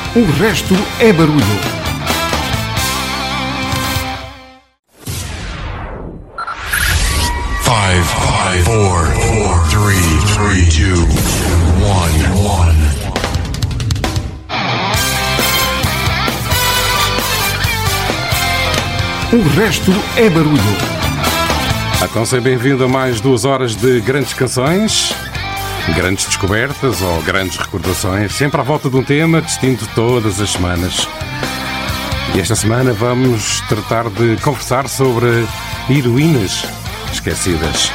O resto é barulho. Five, four, three, two, one. O resto é barulho. Então seja bem-vindo a mais 2 horas de grandes canções, grandes descobertas ou grandes recordações, sempre à volta de um tema distinto todas as semanas. E esta semana vamos tratar de conversar sobre heroínas esquecidas.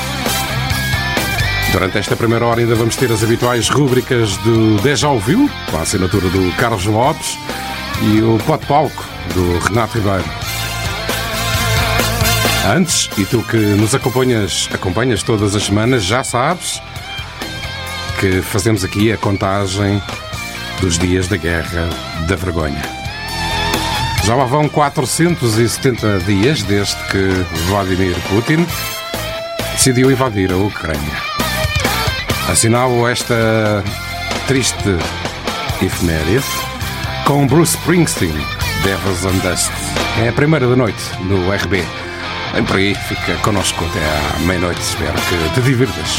Durante esta primeira hora ainda vamos ter as habituais rúbricas do Déjà Vu, com a assinatura do Carlos Lopes, e o Pó de Palco, do Renato Ribeiro. Antes, e tu que nos acompanhas todas as semanas, já sabes que fazemos aqui a contagem dos dias da Guerra da Vergonha. Já lá vão 470 dias desde que Vladimir Putin decidiu invadir a Ucrânia. Assinalo esta triste efeméride com Bruce Springsteen, Devils and Dust. É a primeira da noite no RB. Vem por aí, fica connosco até à meia-noite. Espero que te divirtas.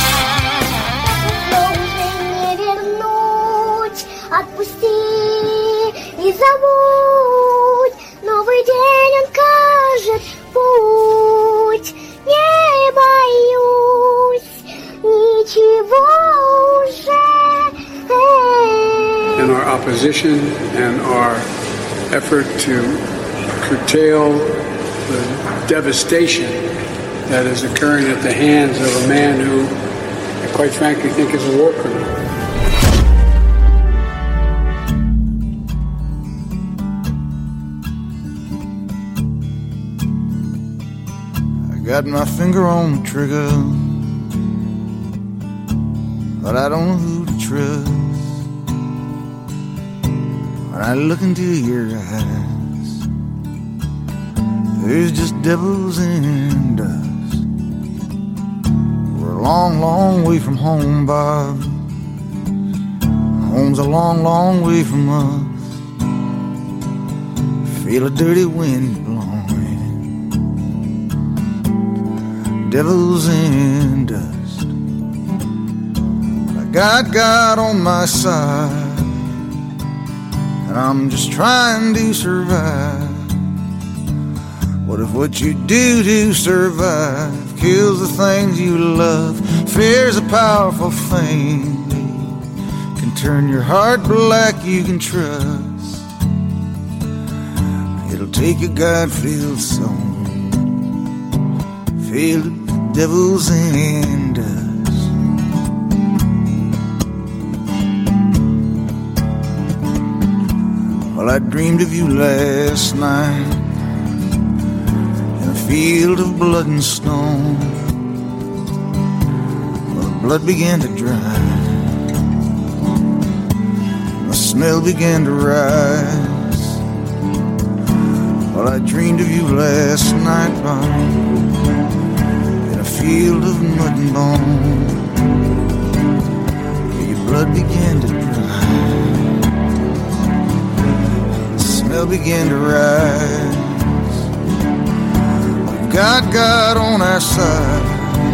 Новый день он кажет путь. Не боюсь ничего уже. In our opposition and our effort to curtail the devastation that is occurring at the hands of a man who, I quite frankly, think is a war criminal. I got my finger on the trigger, but I don't know who to trust. When I look into your eyes, there's just devils and dust. We're a long, long way from home, Bob. Home's a long, long way from us. Feel a dirty wind blowing. Devils and dust. I got God on my side, and I'm just trying to survive. What if what you do to survive kills the things you love? Fear's a powerful thing, can turn your heart black, you can trust. It'll take a God-filled soul, filled with devils and dust. Well, I dreamed of you last night, field of blood and stone. Well, the blood began to dry, the smell began to rise. Well, I dreamed of you last night, Bob, in a field of mud and bone. Your blood began to dry, the smell began to rise. God on our side,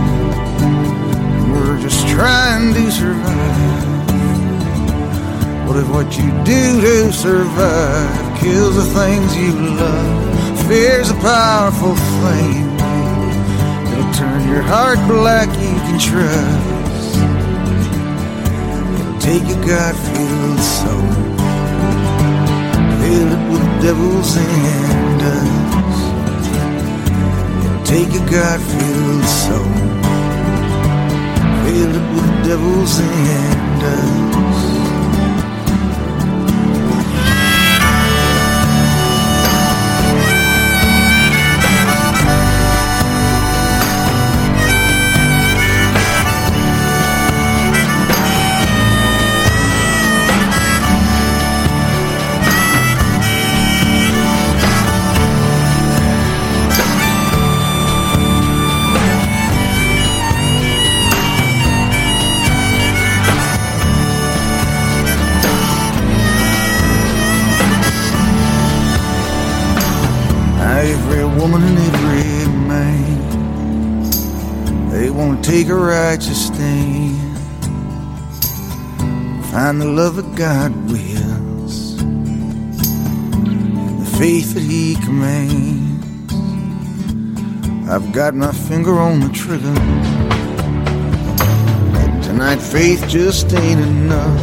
we're just trying to survive. What if what you do to survive kills the things you love? Fear's a powerful thing, it'll turn your heart black, you can trust. It'll take a God-filled soul, fill it with devils and dust. Take a God-filled soul, fill it with devils and dust. They won't take a righteous stand. Find the love that God wills, and the faith that He commands. I've got my finger on the trigger, and tonight faith just ain't enough.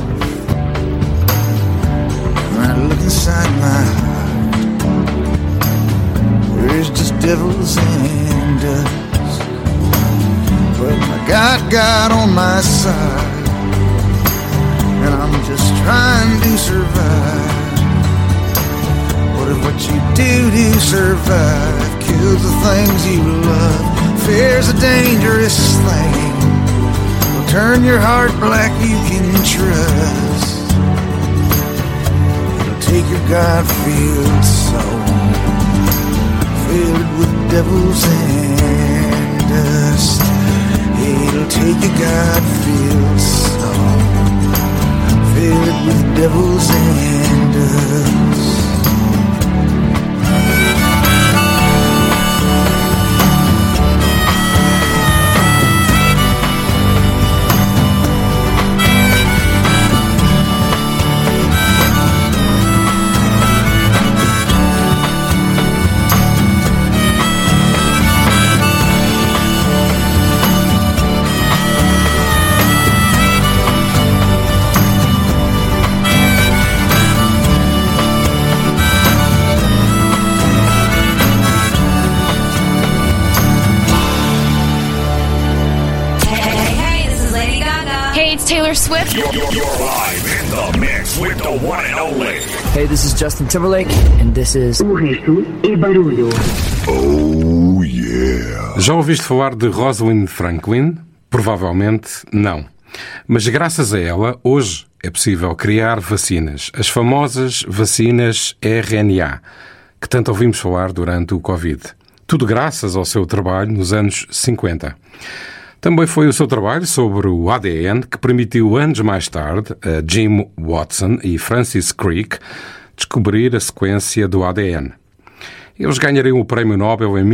When I look inside my heart, there's just devils and dust. But I got God on my side, and I'm just trying to survive. What if what you do to survive kills the things you love? Fear's a dangerous thing. Will turn your heart black, you can trust. It'll take your God-filled soul, filled with devils and dust. It'll take your God-filled soul, filled with devils and dust. Taylor Swift. You're live in the mix with the one and only. Hey, this is Justin Timberlake, and this is... Oh, yeah. Já ouviste falar de Rosalind Franklin? Provavelmente não. Mas graças a ela, hoje é possível criar vacinas. As famosas vacinas RNA, que tanto ouvimos falar durante o Covid. Tudo graças ao seu trabalho nos anos 50. Também foi o seu trabalho sobre o ADN que permitiu, anos mais tarde, a Jim Watson e Francis Crick descobrir a sequência do ADN. Eles ganhariam o Prémio Nobel em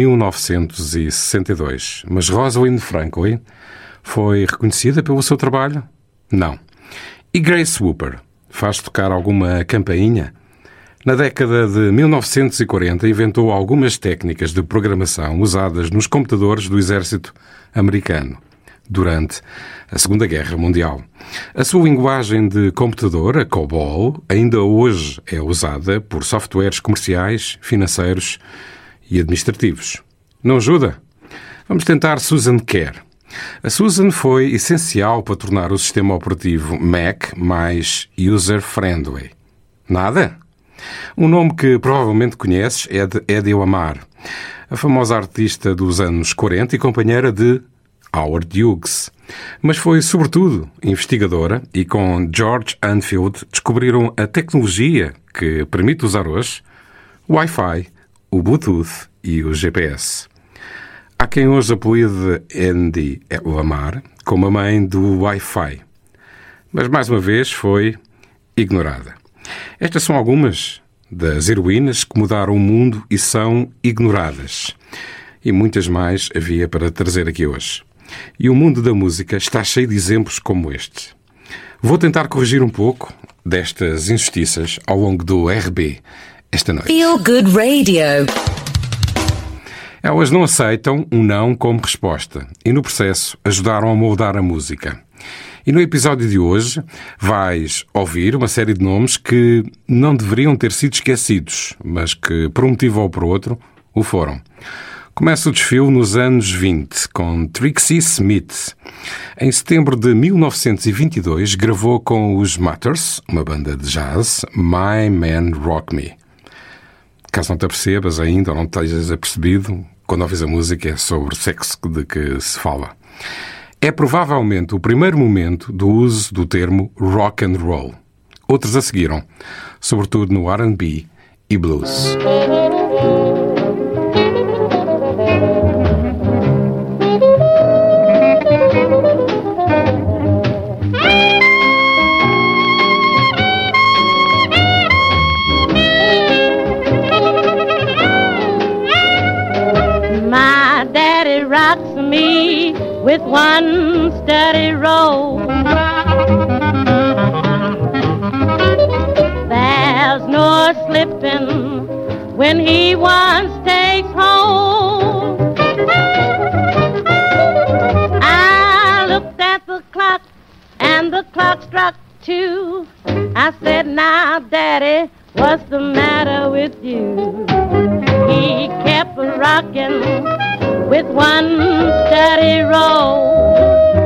1962. Mas Rosalind Franklin foi reconhecida pelo seu trabalho? Não. E Grace Hopper faz tocar alguma campainha? Na década de 1940 inventou algumas técnicas de programação usadas nos computadores do exército americano durante a Segunda Guerra Mundial. A sua linguagem de computador, a COBOL, ainda hoje é usada por softwares comerciais, financeiros e administrativos. Não ajuda? Vamos tentar Susan Kare. A Susan foi essencial para tornar o sistema operativo Mac mais user-friendly. Nada? Um nome que provavelmente conheces é de Hedy Lamarr, a famosa artista dos anos 40 e companheira de Howard Hughes. Mas foi, sobretudo, investigadora e com George Anfield descobriram a tecnologia que permite usar hoje o Wi-Fi, o Bluetooth e o GPS. Há quem hoje apelide Hedy Lamarr como a mãe do Wi-Fi, mas mais uma vez foi ignorada. Estas são algumas das heroínas que mudaram o mundo e são ignoradas. E muitas mais havia para trazer aqui hoje. E o mundo da música está cheio de exemplos como este. Vou tentar corrigir um pouco destas injustiças ao longo do RB esta noite. Feel Good Radio. Elas não aceitam um não como resposta e, no processo, ajudaram a moldar a música. E no episódio de hoje vais ouvir uma série de nomes que não deveriam ter sido esquecidos, mas que, por um motivo ou por outro, o foram. Começa o desfile nos anos 20, com Trixie Smith. Em setembro de 1922, gravou com os Mutters, uma banda de jazz, My Man Rock Me. Caso não te apercebas ainda, ou não te estejas apercebido, quando ouves a música é sobre sexo de que se fala. É provavelmente o primeiro momento do uso do termo rock and roll. Outros a seguiram, sobretudo no R&B e blues. My daddy rocks me with one steady roll. There's no slipping when he once takes hold. I looked at the clock and the clock struck 2. I said, now, Daddy, what's the matter with you? He kept rocking with one steady roll.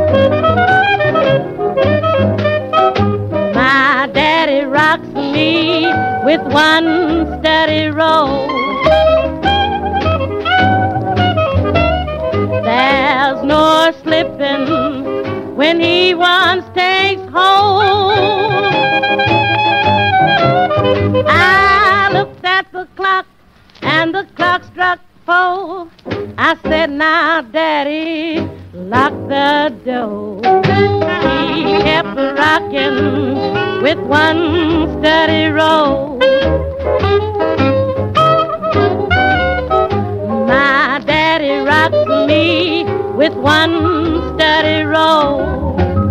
My daddy rocks me with one steady roll. There's no slipping when he once takes hold. I looked at the clock and the clock struck 4. I said, now, Daddy, lock the door. He kept rocking with one steady roll. My daddy rocks me with one steady roll.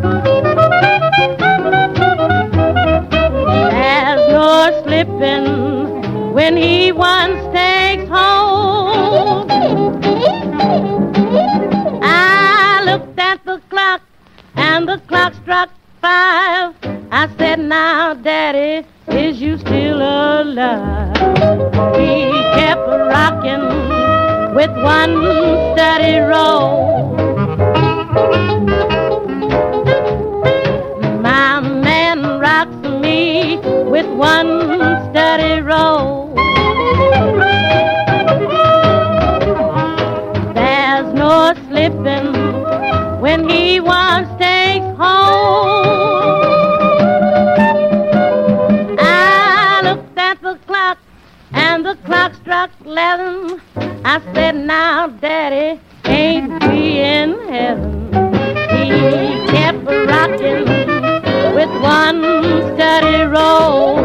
There's no slipping when he once takes hold. I looked at the clock and the clock struck 5. I said, now, Daddy, is you still alive? He kept rocking with one steady roll. My man rocks me with one steady roll. There's no slipping when he once takes hold. I looked at the clock and the clock struck 11. I said, now, Daddy, ain't we in heaven? He kept rocking with one steady roll.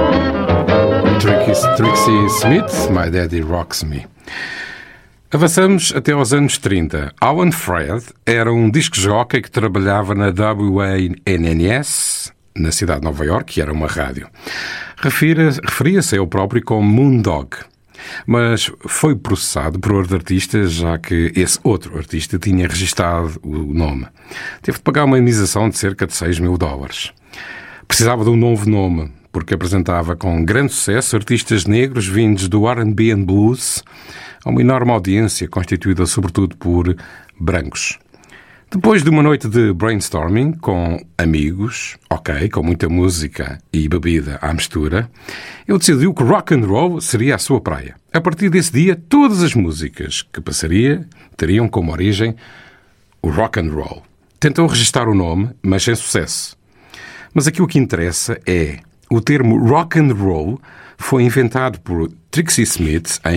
Trixie Smith, My Daddy Rocks Me. Avançamos até aos anos 30. Alan Fred era um disc-jockey que trabalhava na WANNS, na cidade de Nova Iorque, que era uma rádio. Referia-se a ele próprio como Moondog, mas foi processado por outro artista, já que esse outro artista tinha registado o nome. Teve de pagar uma indenização de cerca de $6.000. Precisava de um novo nome, porque apresentava com grande sucesso artistas negros vindos do R&B and Blues, a uma enorme audiência constituída sobretudo por brancos. Depois de uma noite de brainstorming com amigos, com muita música e bebida à mistura, ele decidiu que rock and roll seria a sua praia. A partir desse dia, todas as músicas que passaria teriam como origem o rock and roll. Tentou registrar o nome, mas sem sucesso. Mas aqui o que interessa é o termo rock and roll foi inventado por Trixie Smith em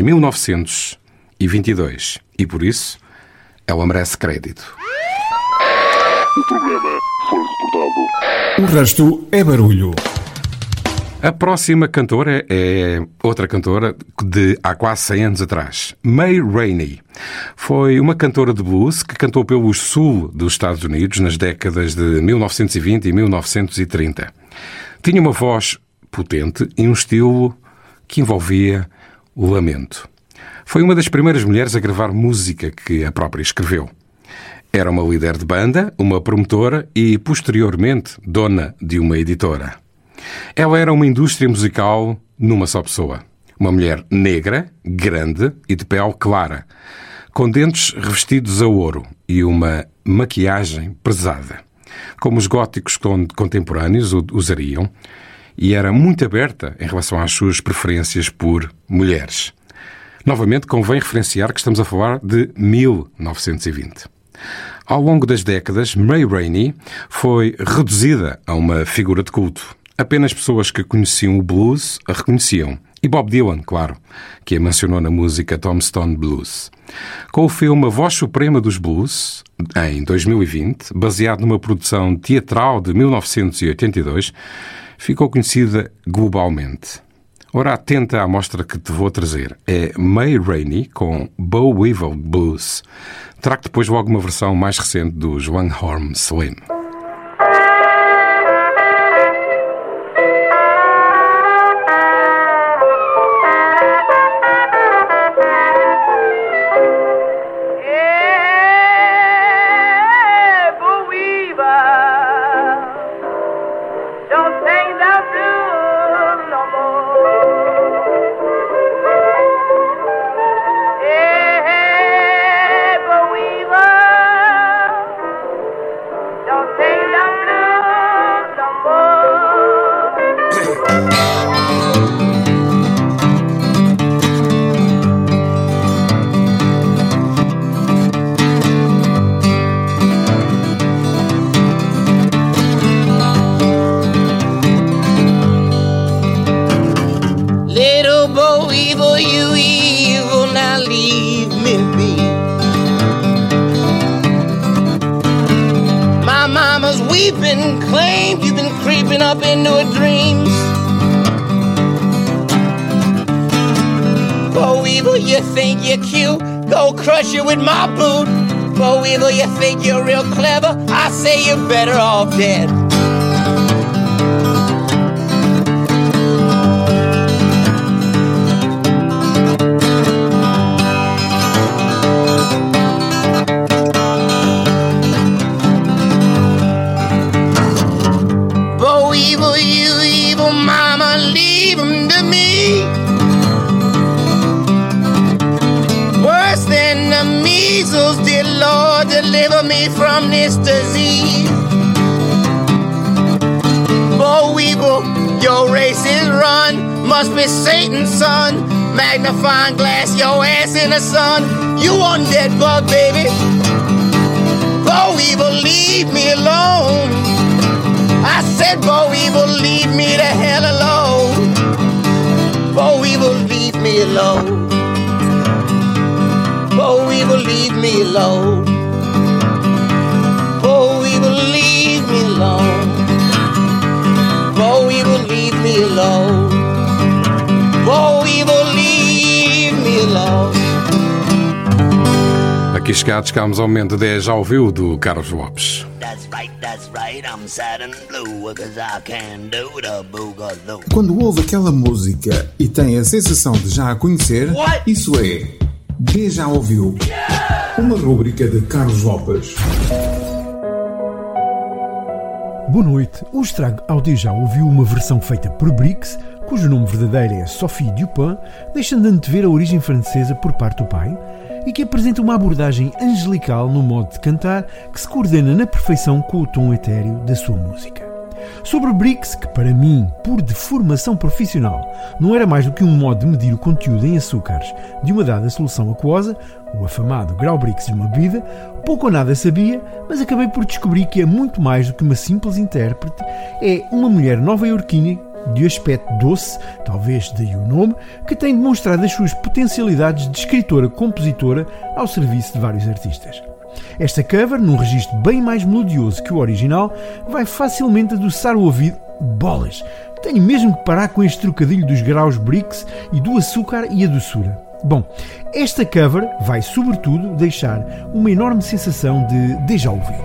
1922 e, por isso, ela merece crédito. O problema foi reportado. O resto é barulho. A próxima cantora é outra cantora de há quase 100 anos atrás, May Rainey. Foi uma cantora de blues que cantou pelo sul dos Estados Unidos nas décadas de 1920 e 1930. Tinha uma voz potente e um estilo que envolvia o lamento. Foi uma das primeiras mulheres a gravar música que a própria escreveu. Era uma líder de banda, uma promotora e, posteriormente, dona de uma editora. Ela era uma indústria musical numa só pessoa. Uma mulher negra, grande e de pele clara, com dentes revestidos a ouro e uma maquiagem pesada, como os góticos contemporâneos usariam, e era muito aberta em relação às suas preferências por mulheres. Novamente, convém referenciar que estamos a falar de 1920. Ao longo das décadas, May Rainey foi reduzida a uma figura de culto. Apenas pessoas que conheciam o blues a reconheciam. E Bob Dylan, claro, que a mencionou na música Tombstone Blues. Com o filme A Voz Suprema dos Blues, em 2020, baseado numa produção teatral de 1982, ficou conhecida globalmente. Ora, atenta à amostra que te vou trazer. É May Rainey com Boll Weevil Blues. Trago depois logo uma versão mais recente dos One Arm Slim. With my boot, Boll Weevil, you think you're real clever? I say you're better off dead. Boll Weevil, you evil mama, leave him to me. Worse than the measles, dear Lord, deliver me from this disease. Boll Weevil, your race is run, must be Satan's son. Magnifying glass your ass in the sun. You undead bug, baby. Boll Weevil, leave me alone. I said, Boll Weevil, leave me the hell alone. Boll Weevil, leave me alone. Boll Weevil, leave me alone. Boll Weevil, leave me alone. Boll Weevil, leave me alone. Boll Weevil, leave me alone. Aqui chegámos ao momento 10 já ouviu do Carlos Lopes. Quando ouve aquela música e tem a sensação de já a conhecer, isso é Déjà ouviu. Uma rúbrica de Carlos Lopes. Boa noite. Hoje trago ao Déjà ouviu uma versão feita por Brix, cujo nome verdadeiro é Sophie Dupin, deixando de antever a origem francesa por parte do pai, e que apresenta uma abordagem angelical no modo de cantar que se coordena na perfeição com o tom etéreo da sua música. Sobre Brix, que para mim, por deformação profissional, não era mais do que um modo de medir o conteúdo em açúcares de uma dada solução aquosa, o afamado grau Brix de uma bebida, pouco ou nada sabia, mas acabei por descobrir que é muito mais do que uma simples intérprete, é uma mulher nova-iorquina de aspecto doce, talvez daí o nome, que tem demonstrado as suas potencialidades de escritora-compositora ao serviço de vários artistas. Esta cover, num registro bem mais melodioso que o original, vai facilmente adoçar o ouvido. Bolas! Tenho mesmo que parar com este trocadilho dos graus Brix e do açúcar e a doçura. Bom, esta cover vai sobretudo deixar uma enorme sensação de déjà ouviu.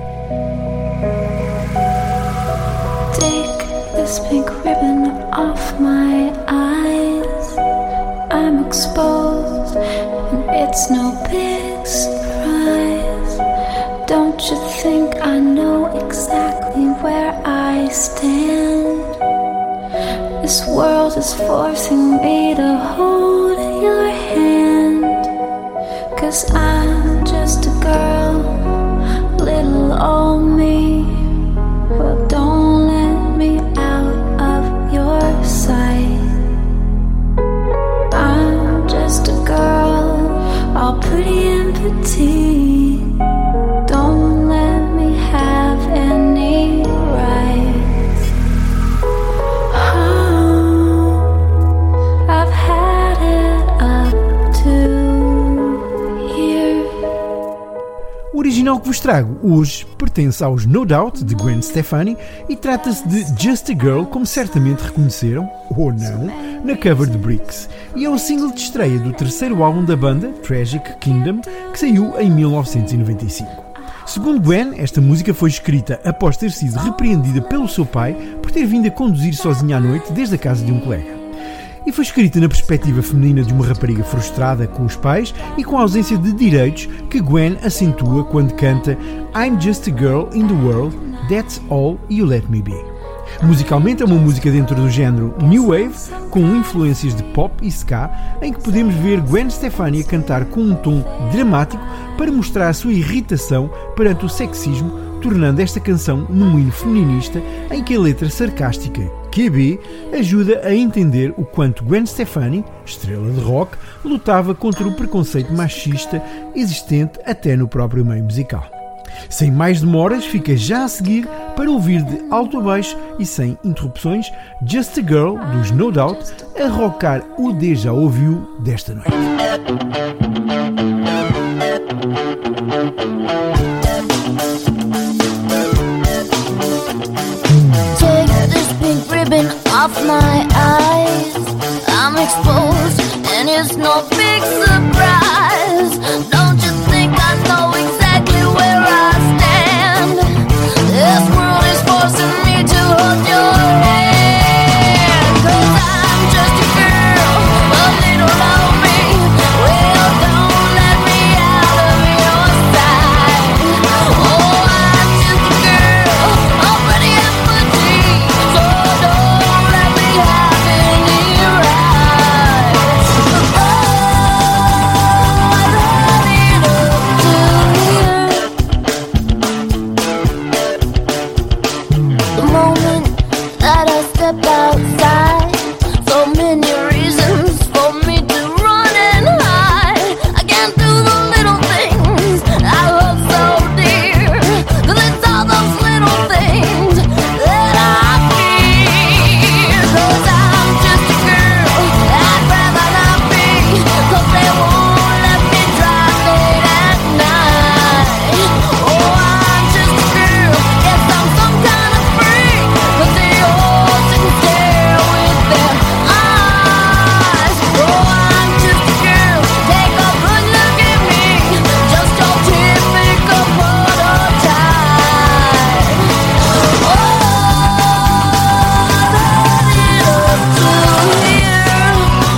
Take this pink ribbon off my eyes. I'm exposed and it's no big surprise. Don't you think I know exactly where I stand? This world is forcing me to hold your hand. 'Cause I'm just a girl, little old me. Well, don't let me out of your sight. I'm just a girl, all pretty and petite. Don't let me have any rights. Oh, I've had it up to here. vos trago hoje pertence aos No Doubt, de Gwen Stefani, e trata-se de Just a Girl, como certamente reconheceram, ou não, na cover de Bricks. E é o single de estreia do terceiro álbum da banda, Tragic Kingdom, que saiu em 1995. Segundo Gwen, esta música foi escrita após ter sido repreendida pelo seu pai por ter vindo a conduzir sozinha à noite desde a casa de um colega. E foi escrita na perspectiva feminina de uma rapariga frustrada com os pais e com a ausência de direitos que Gwen acentua quando canta I'm just a girl in the world, that's all you let me be. Musicalmente é uma música dentro do género New Wave, com influências de pop e ska, em que podemos ver Gwen Stefani a cantar com um tom dramático para mostrar a sua irritação perante o sexismo, tornando esta canção num hino feminista em que a letra sarcástica QB ajuda a entender o quanto Gwen Stefani, estrela de rock, lutava contra o preconceito machista existente até no próprio meio musical. Sem mais demoras, fica já a seguir para ouvir de alto a baixo e sem interrupções Just a Girl dos No Doubt a rockar o Deja Ouviu desta noite. Take this pink ribbon off my eyes. I'm exposed and it's no big surprise. Don't you think I know exactly where I stand? This world is forcing me to hold your hand. 'Cause I'm just a girl, a little lonely. Well, don't let me out of your sight. Oh, I'm just a girl, already empty. So don't let me have any rights. Oh, I've had it up to here. The moment that I step outside, so many reasons for me to run and hide. I can't do the little things I love so dear, 'cause it's all those little things that I fear. 'Cause I'm just a girl, I'd rather not be, 'cause they won't let me drive late at night. Oh, I'm just a girl, guess I'm some kind of freak, 'cause they all sit and stare with their eyes. Oh, I'm just a girl, take a good look at me, just your typical prototype. Oh, I've had it up to here.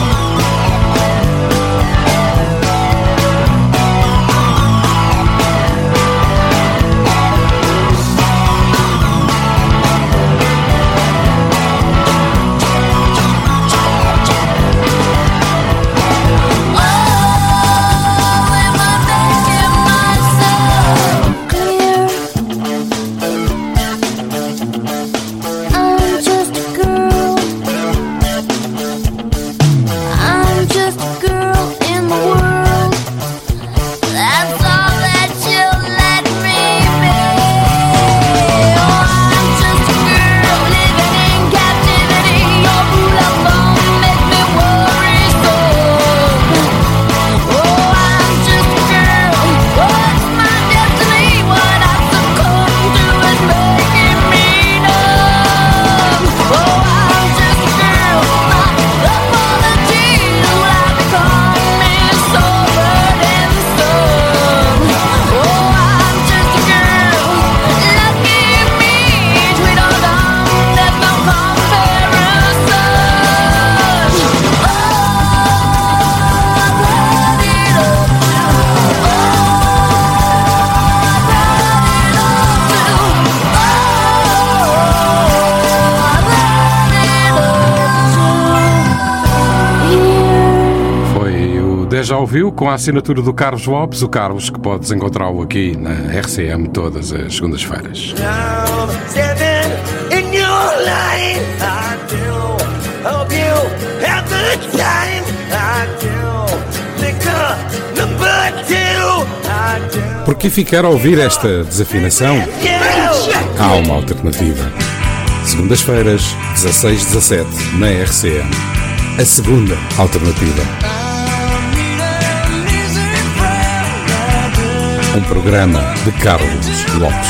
Oh, am I making myself clear? I'm just a girl. I'm just a girl in the world. That's all that you'll let me be. Oh, I'm just a girl living in captivity. Your rule of law make me worry so. Oh, I'm just a girl. What's my destiny? What I succumb to is making me numb. Oh, I'm just a girl. My apologies will have become me so burdensome. Oh, I'm just a girl. Lucky me, sweet or dumb, there's no comparison. Oh, I've had it up to. Oh, I've had it up to. Oh, I've had it up to. Foi o Deja Ouviu com a assinatura do Carlos Lopes, o Carlos que podes encontrá-lo aqui na RCM todas as segundas-feiras. Now standing in your line, I do hope you have the time. I do liquor number 2. I do. Por que ficar a ouvir esta desafinação? Há uma alternativa. Segundas-feiras, 16-17, na RCM. A segunda alternativa. I need an easy friend. I do. Um programa de Carlos Lopes.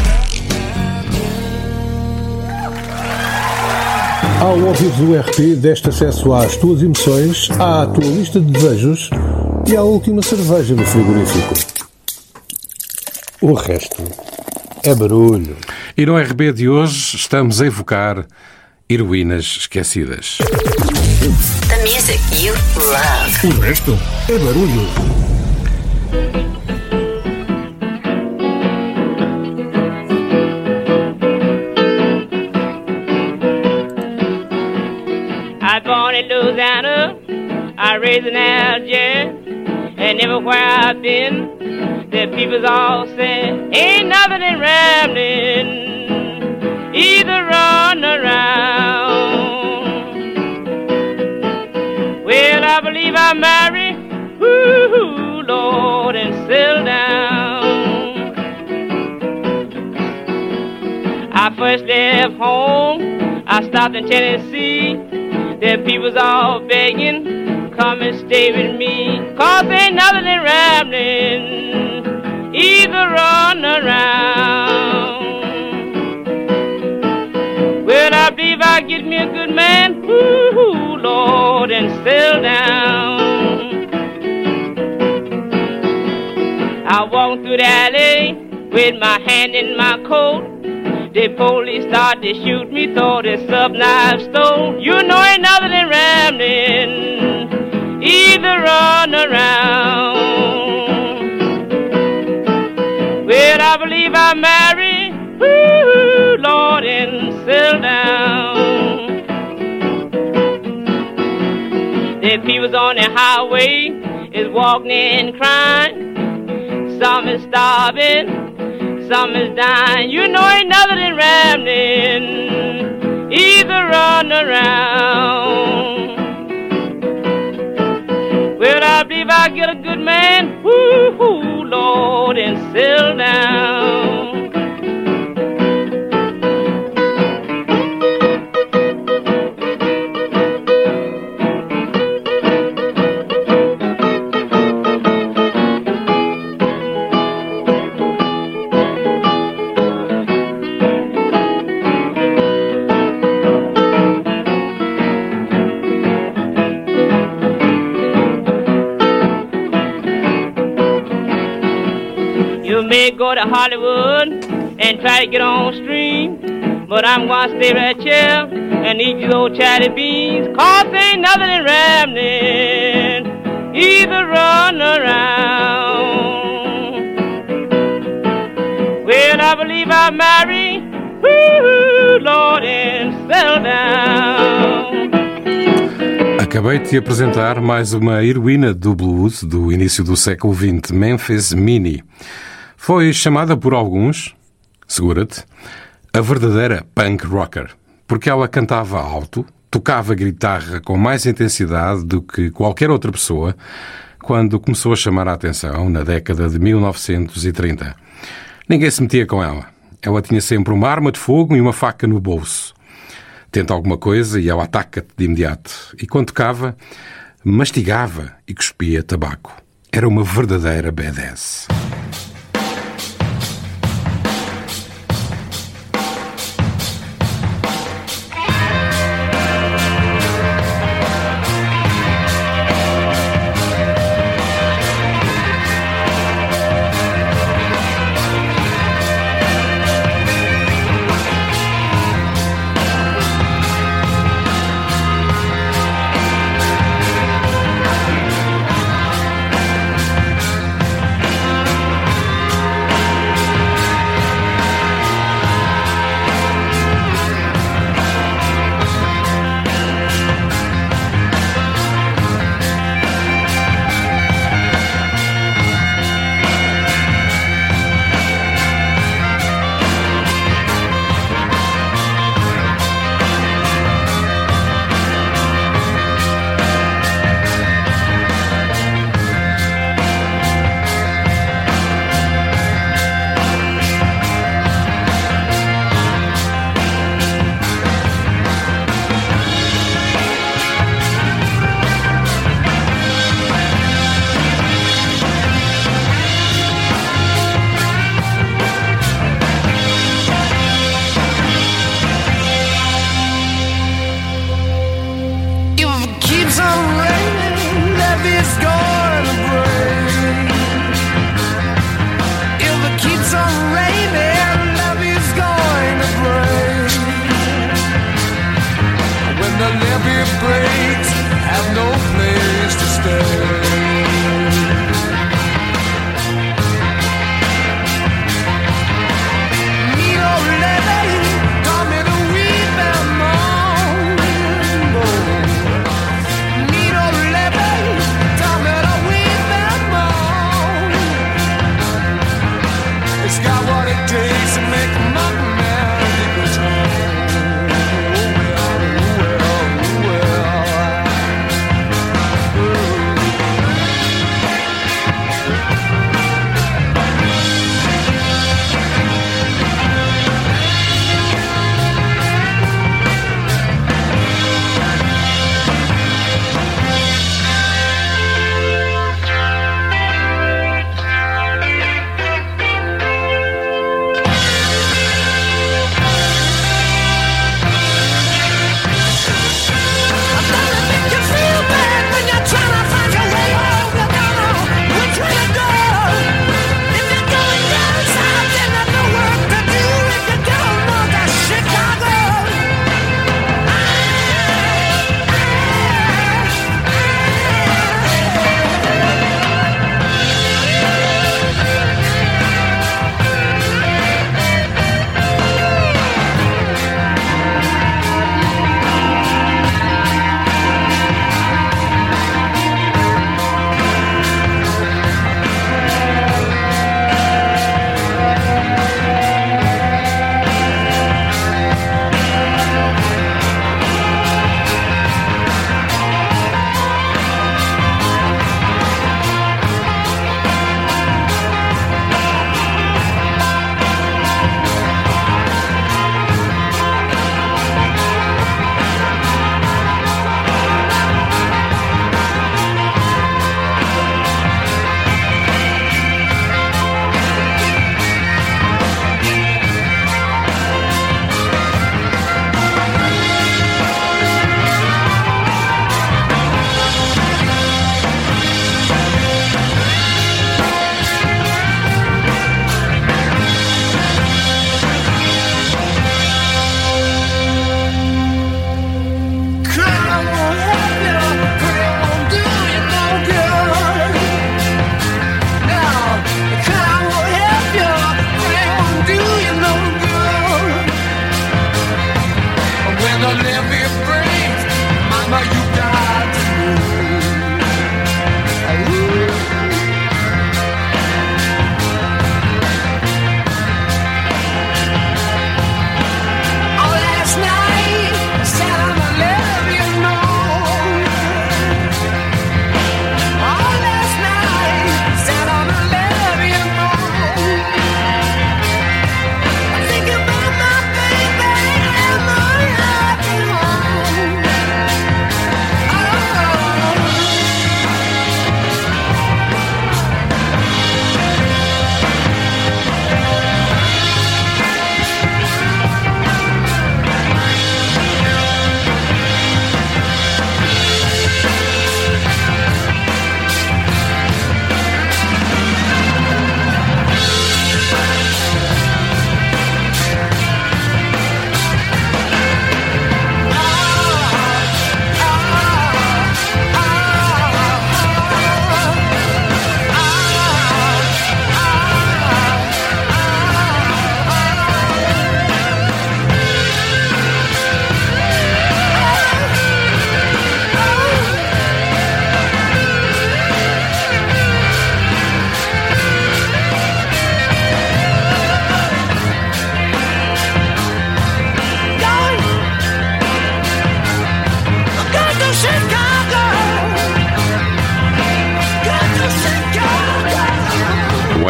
Ao ouvires o RP, deste acesso às tuas emoções, à tua lista de desejos e à última cerveja do frigorífico. O resto é barulho. E no RB de hoje estamos a evocar heroínas esquecidas. The music you love. O resto é barulho. I was born in Louisiana, I raised in Algiers, and everywhere I've been, the people's all say, ain't nothing in Ramblin', either run around. Well, I believe I'm married, ooh, Lord, and settle down. I first left home, I stopped in Tennessee. The people's all begging, come and stay with me. 'Cause ain't nothing in Ramblin', either run around. Well, I believe I get me a good man, ooh, Lord, and settle down. I walk through the alley with my hand in my coat. The police start to shoot me, throw the sub-knife stole. You know ain't nothing in Ramblin', either run around. Well, I believe I'm married, ooh, Lord, and settle down. The people's on the highway is walking and crying. Some is starving, some is dying. You know ain't nothing in Ramblin', either run around. Well, I believe I get a good man, ooh, Lord, and settle down. May go to Hollywood and try to get on stream, but I'm gonna stay right here and eat these old chatty beans. 'Cause ain't nothing in Ramblin', either run around. Well, I believe I'm married, ooh, Lord, and settle down. Acabei de te apresentar mais uma heroína do blues do início do século XX, Memphis Minnie. Foi chamada por alguns, segura-te, a verdadeira punk rocker, porque ela cantava alto, tocava guitarra com mais intensidade do que qualquer outra pessoa quando começou a chamar a atenção na década de 1930. Ninguém se metia com ela. Ela tinha sempre uma arma de fogo e uma faca no bolso. Tenta alguma coisa e ela ataca-te de imediato. E quando tocava, mastigava e cuspia tabaco. Era uma verdadeira badass.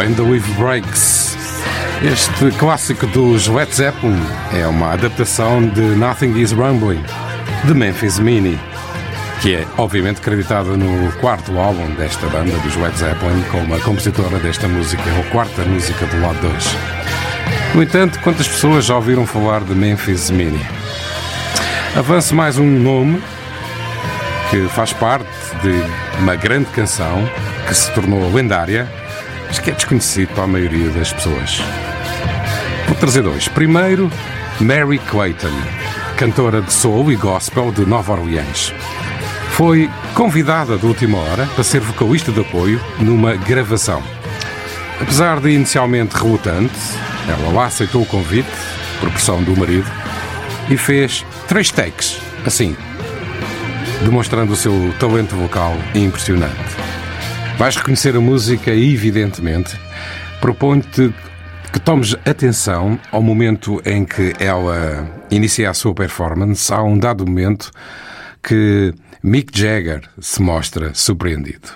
When the Wave Breaks. Este clássico dos Led Zeppelin é uma adaptação de Nothing Is Rumbling, de Memphis Minnie, que é obviamente creditada no quarto álbum desta banda dos Led Zeppelin como a compositora desta música, ou quarta música do lado 2. No entanto, quantas pessoas já ouviram falar de Memphis Minnie? Avanço mais um nome que faz parte de uma grande canção que se tornou lendária, mas que é desconhecido para a maioria das pessoas. Vou trazer dois. Primeiro, Mary Clayton, cantora de soul e gospel de Nova Orleans. Foi convidada de última hora para ser vocalista de apoio numa gravação. Apesar de inicialmente relutante, ela lá aceitou o convite, por pressão do marido, e fez 3 takes, assim, demonstrando o seu talento vocal impressionante. Vais reconhecer a música e, evidentemente, proponho-te que tomes atenção ao momento em que ela inicia a sua performance. Há um dado momento que Mick Jagger se mostra surpreendido.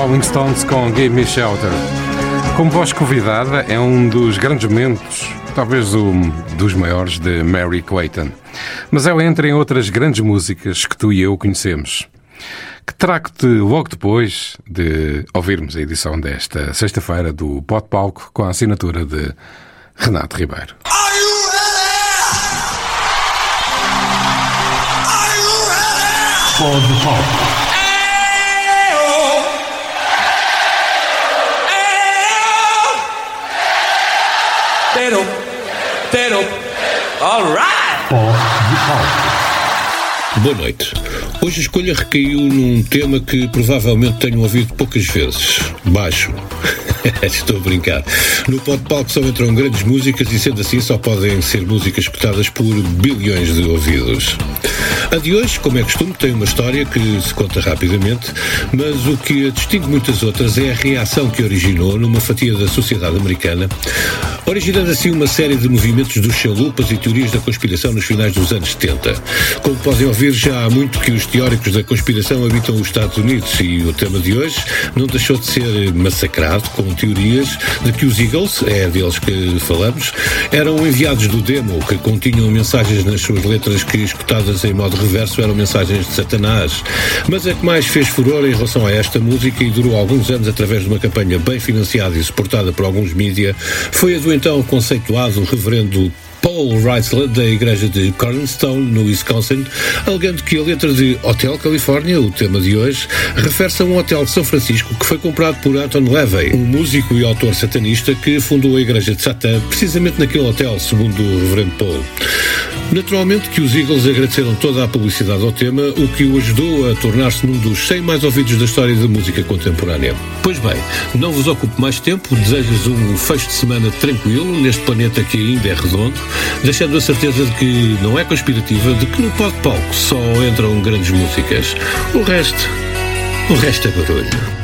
Rolling Stones com Give Me Shelter. Como voz convidada, é um dos grandes momentos, talvez um dos maiores, de Mary Clayton. Mas ela entra em outras grandes músicas que tu e eu conhecemos, que trago-te logo depois de ouvirmos a edição desta sexta-feira do Pod Palco com a assinatura de Renato Ribeiro. Pod Palco. All right. Boa noite. Hoje a escolha recaiu num tema que provavelmente tenho ouvido poucas vezes. Baixo. Estou a brincar. No Pod Palco só entram grandes músicas e, sendo assim, só podem ser músicas escutadas por bilhões de ouvidos. A de hoje, como é costume, tem uma história que se conta rapidamente, mas o que a distingue muitas outras é a reação que originou numa fatia da sociedade americana, originando assim uma série de movimentos dos chalupas e teorias da conspiração nos finais dos anos 70. Como podem ouvir, já há muito que os teóricos da conspiração habitam os Estados Unidos e o tema de hoje não deixou de ser massacrado com teorias de que os Eagles, é deles que falamos, eram enviados do demo, que continham mensagens nas suas letras que, escutadas em modo reverso, eram mensagens de Satanás. Mas a que mais fez furor em relação a esta música e durou alguns anos através de uma campanha bem financiada e suportada por alguns mídia foi a do então conceituado reverendo Paul Wrightsley, da igreja de Cornerstone, no Wisconsin, alegando que a letra de Hotel California, o tema de hoje, refere-se a um hotel de São Francisco que foi comprado por Anton LaVey, um músico e autor satanista que fundou a igreja de Satã precisamente naquele hotel, segundo o reverendo Paul. Naturalmente que os Eagles agradeceram toda a publicidade ao tema, o que o ajudou a tornar-se num dos 100 mais ouvidos da história da música contemporânea. Pois bem, não vos ocupo mais tempo, desejo-vos um fecho de semana tranquilo neste planeta que ainda é redondo, deixando a certeza de que não é conspirativa, de que no Pod Palco só entram grandes músicas. O resto é barulho.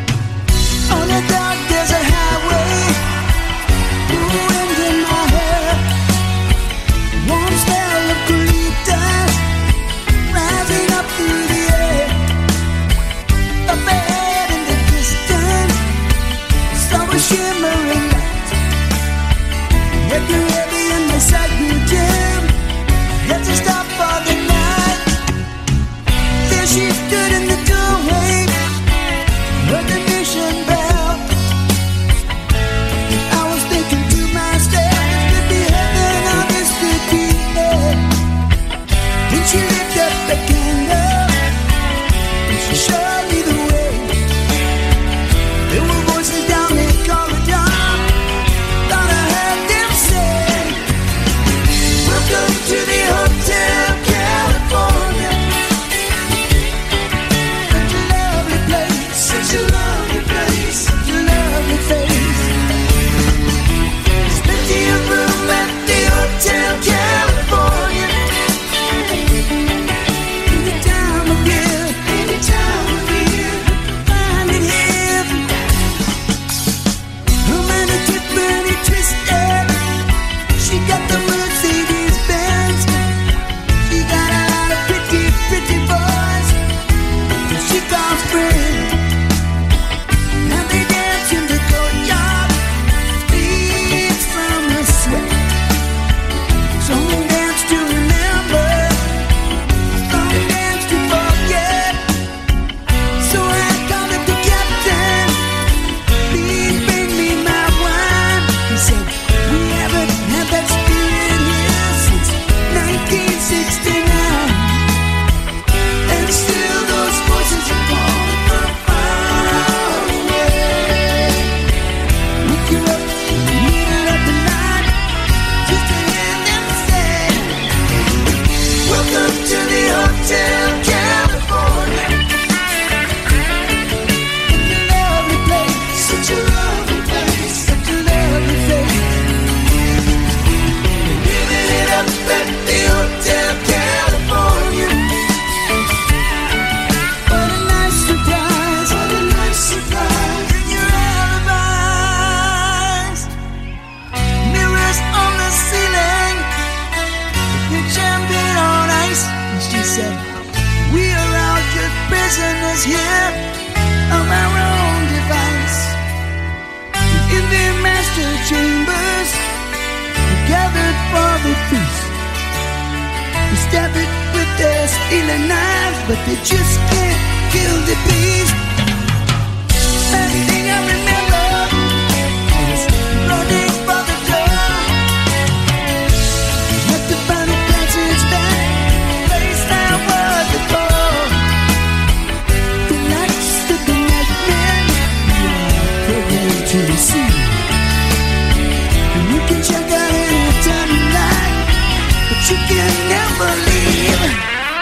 but they just can't kill the bees. Everything I remember is running for the door. Let the final passage back, face down was the door. The lights that the nightmen are programmed to receive. And you can check out anytime you like, but you can never leave.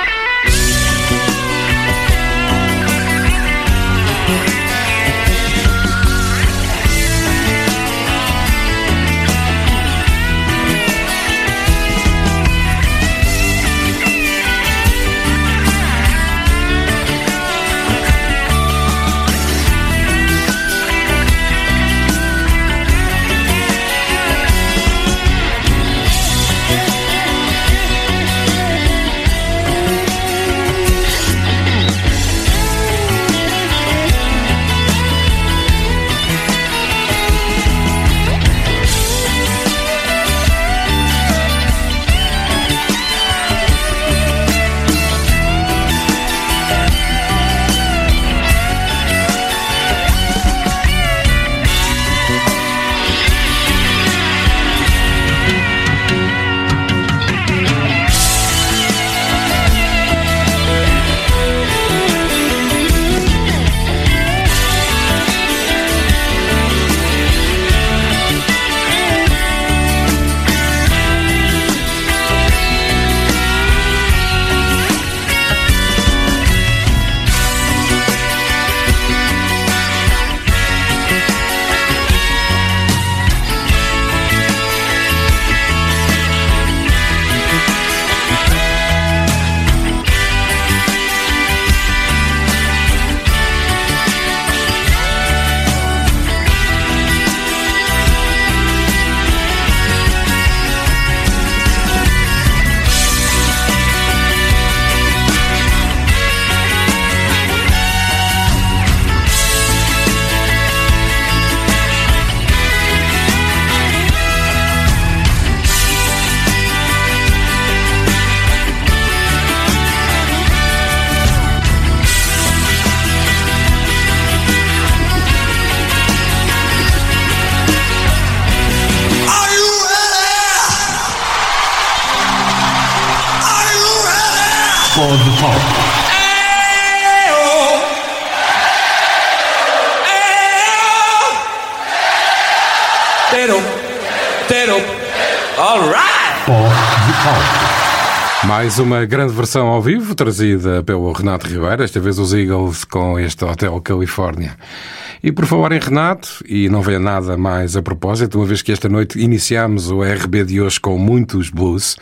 Mais uma grande versão ao vivo, trazida pelo Renato Ribeiro, esta vez os Eagles com este Hotel Califórnia. E por falar em Renato, e não vem nada mais a propósito, uma vez que esta noite iniciamos o RB de hoje com muitos blues,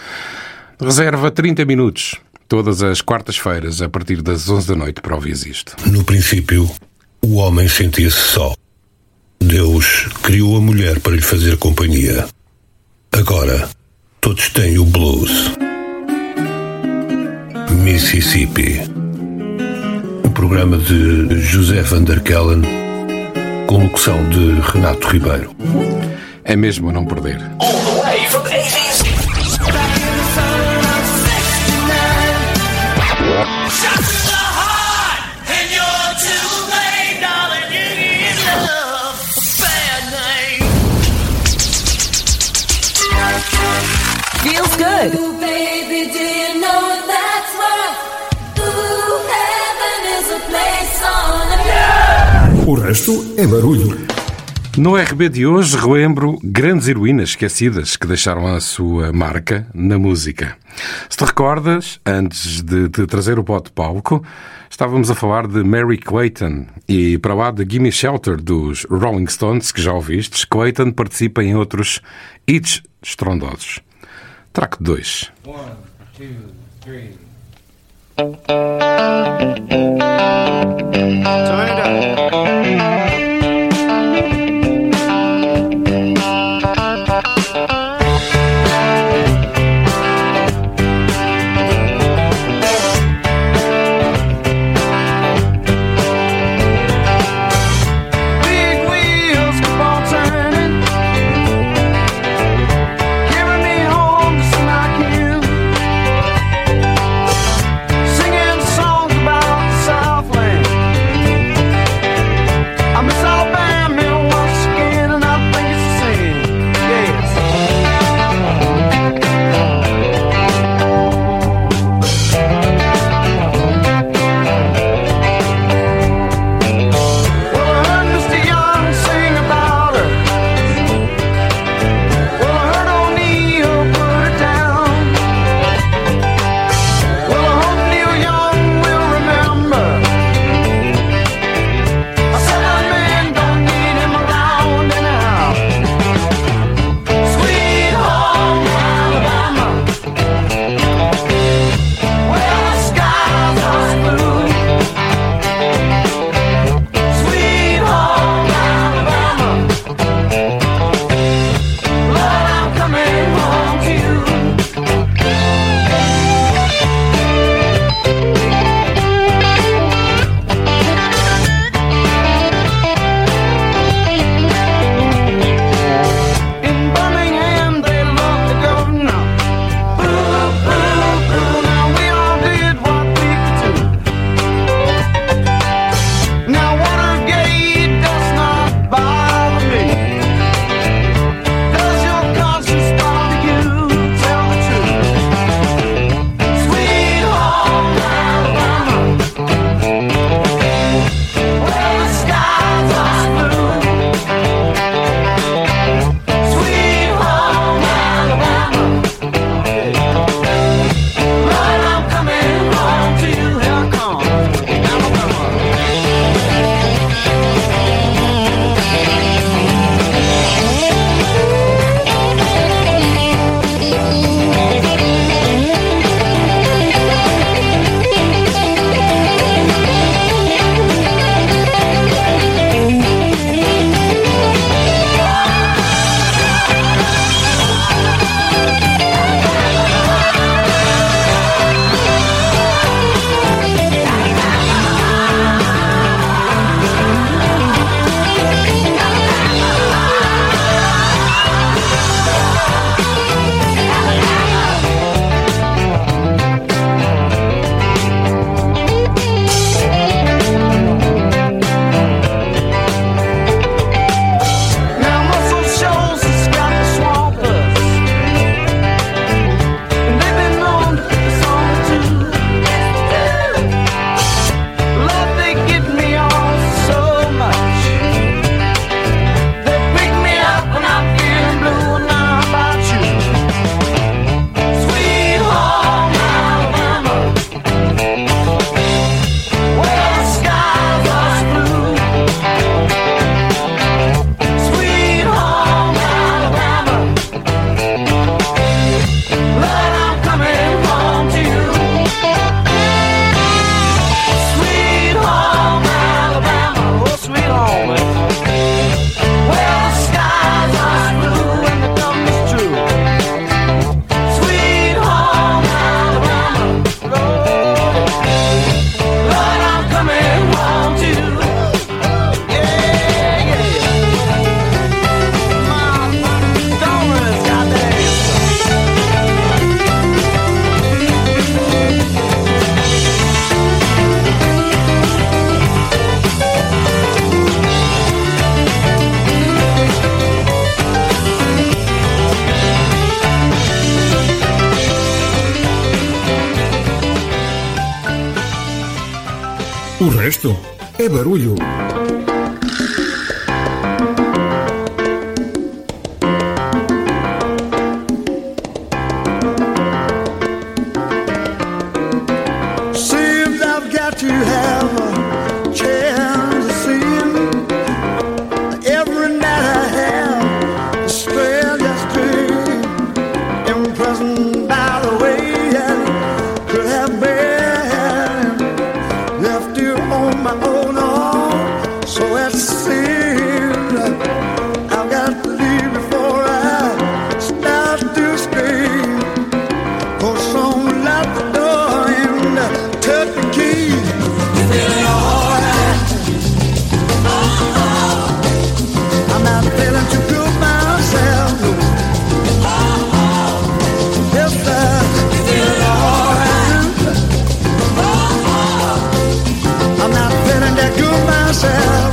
reserva 30 minutos, todas as quartas-feiras, a partir das 11 da noite, para ouvir isto. No princípio, o homem sentia-se só. Deus criou a mulher para lhe fazer companhia. Agora, todos têm o blues. Mississippi. Um programa de José Van der Kellen, com locução de Renato Ribeiro. É mesmo a não perder. All the way from the 80s. Back in the summer of 69. Shots in the heart, and you're too late, darling. You need love. Bad name. Feels good. Ooh, baby, do you know that's right? Ooh, heaven is a place on earth. O resto é barulho. No RB de hoje relembro grandes heroínas esquecidas que deixaram a sua marca na música. Se te recordas, antes de te trazer o pote de palco, estávamos a falar de Mary Clayton e para lá de Gimme Shelter dos Rolling Stones, que já ouvistes. Clayton participa em outros hits estrondosos. Track 2. 1, 2, 3. Turn it up. Songs O resto é barulho. Seems I've got to have a chance to see you. Every night I have a stranger's dream, imprisoned by the way I could have been left you on my own arm. So it seems I've got to leave before I start to scream. 'Cause someone locked the door and took the key. Feeling alright. I'm not feeling too good myself. Yes, sir. Feeling alright. I'm not feeling that good myself.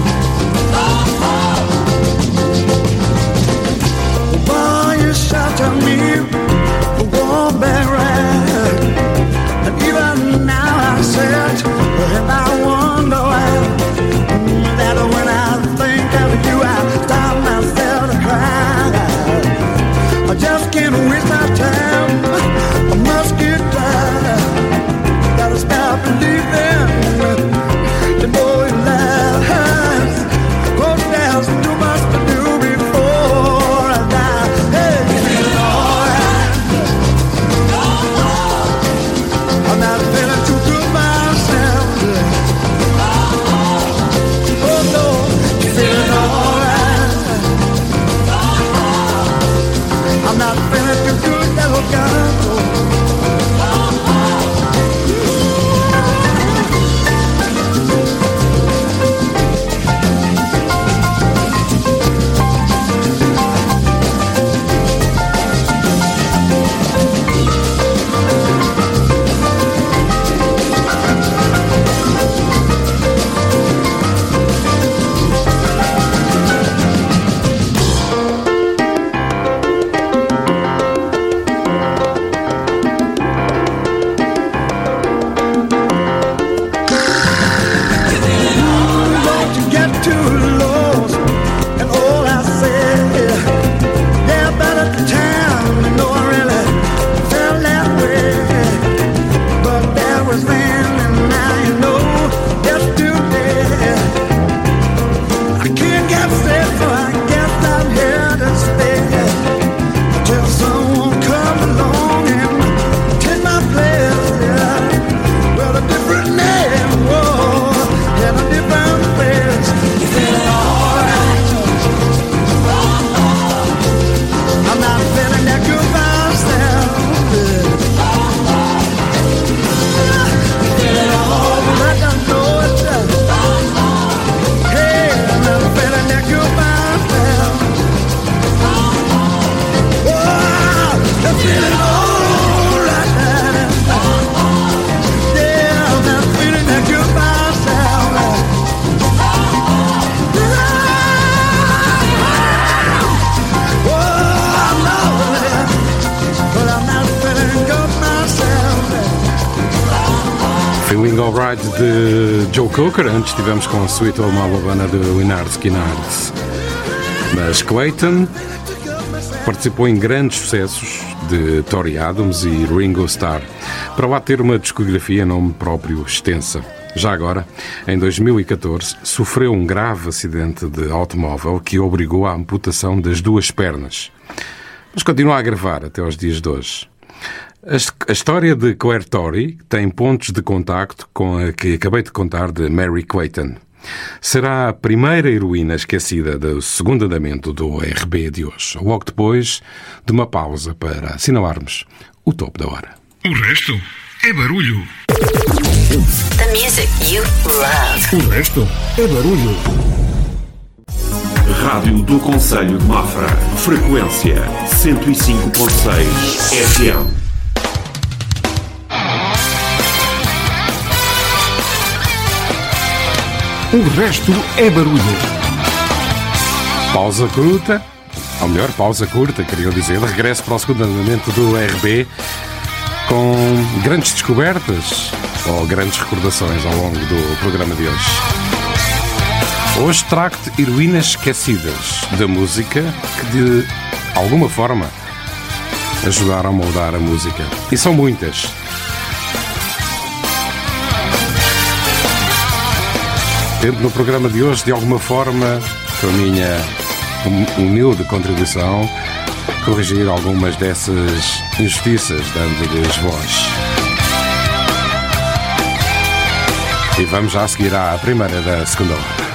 Boy, you shelter me. Warm back right. And even now I said, and I wonder why, that when I think of you, I stop myself to cry. I just can't waste my time. I must get tired. Gotta stop believing the more it lies. 'Cause there's too much to do before I die. Hey, feeling alright. I'm not feeling too good myself. Oh no, feeling alright. I'm not feeling too good, that'll go. Feeling Alright de Joe Cocker. Antes tivemos com a Sweet Old Alabama de Lynyrd Skynyrd. Mas Clayton participou em grandes sucessos de Tori Adams e Ringo Starr, para lá ter uma discografia em nome próprio extensa. Já agora, em 2014, sofreu um grave acidente de automóvel que o obrigou à amputação das duas pernas. Mas continua a gravar até aos dias de hoje. A história de Claire Torrey tem pontos de contacto com a que acabei de contar de Mary Clayton. Será a primeira heroína esquecida do segundo andamento do RB de hoje, logo depois de uma pausa para assinalarmos o topo da hora. O resto é barulho. The music you love. O resto é barulho. Rádio do Concelho de Mafra. Frequência 105.6 FM. O resto é barulho. Pausa curta, ou melhor, pausa curta, queria dizer, de regresso para o segundo andamento do RB. com grandes descobertas ou grandes recordações ao longo do programa de hoje. Hoje trago-te heroínas esquecidas da música que de alguma forma ajudaram a moldar a música. E são muitas. Tento no programa de hoje, de alguma forma, com a minha humilde contribuição, corrigir algumas dessas injustiças, dando-lhes voz. E vamos já seguir à primeira da segunda hora.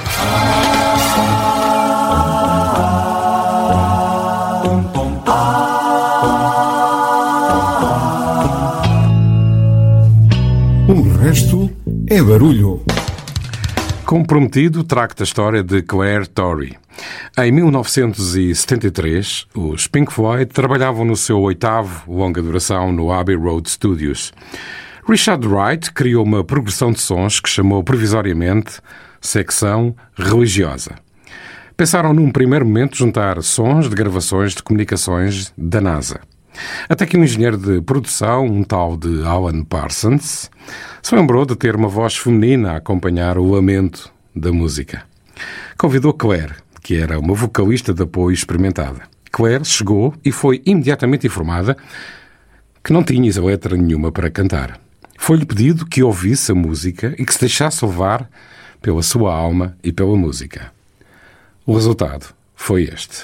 O resto é barulho. Como prometido, trago-te a história de Claire Torrey. Em 1973, os Pink Floyd trabalhavam no seu 8º longa duração no Abbey Road Studios. Richard Wright criou uma progressão de sons que chamou provisoriamente Secção Religiosa. Pensaram num primeiro momento juntar sons de gravações de comunicações da NASA. Até que um engenheiro de produção, um tal de Alan Parsons, se lembrou de ter uma voz feminina a acompanhar o lamento da música. Convidou Claire, que era uma vocalista de apoio experimentada. Claire chegou e foi imediatamente informada que não tinha letra nenhuma para cantar. Foi-lhe pedido que ouvisse a música e que se deixasse levar pela sua alma e pela música. O resultado foi este.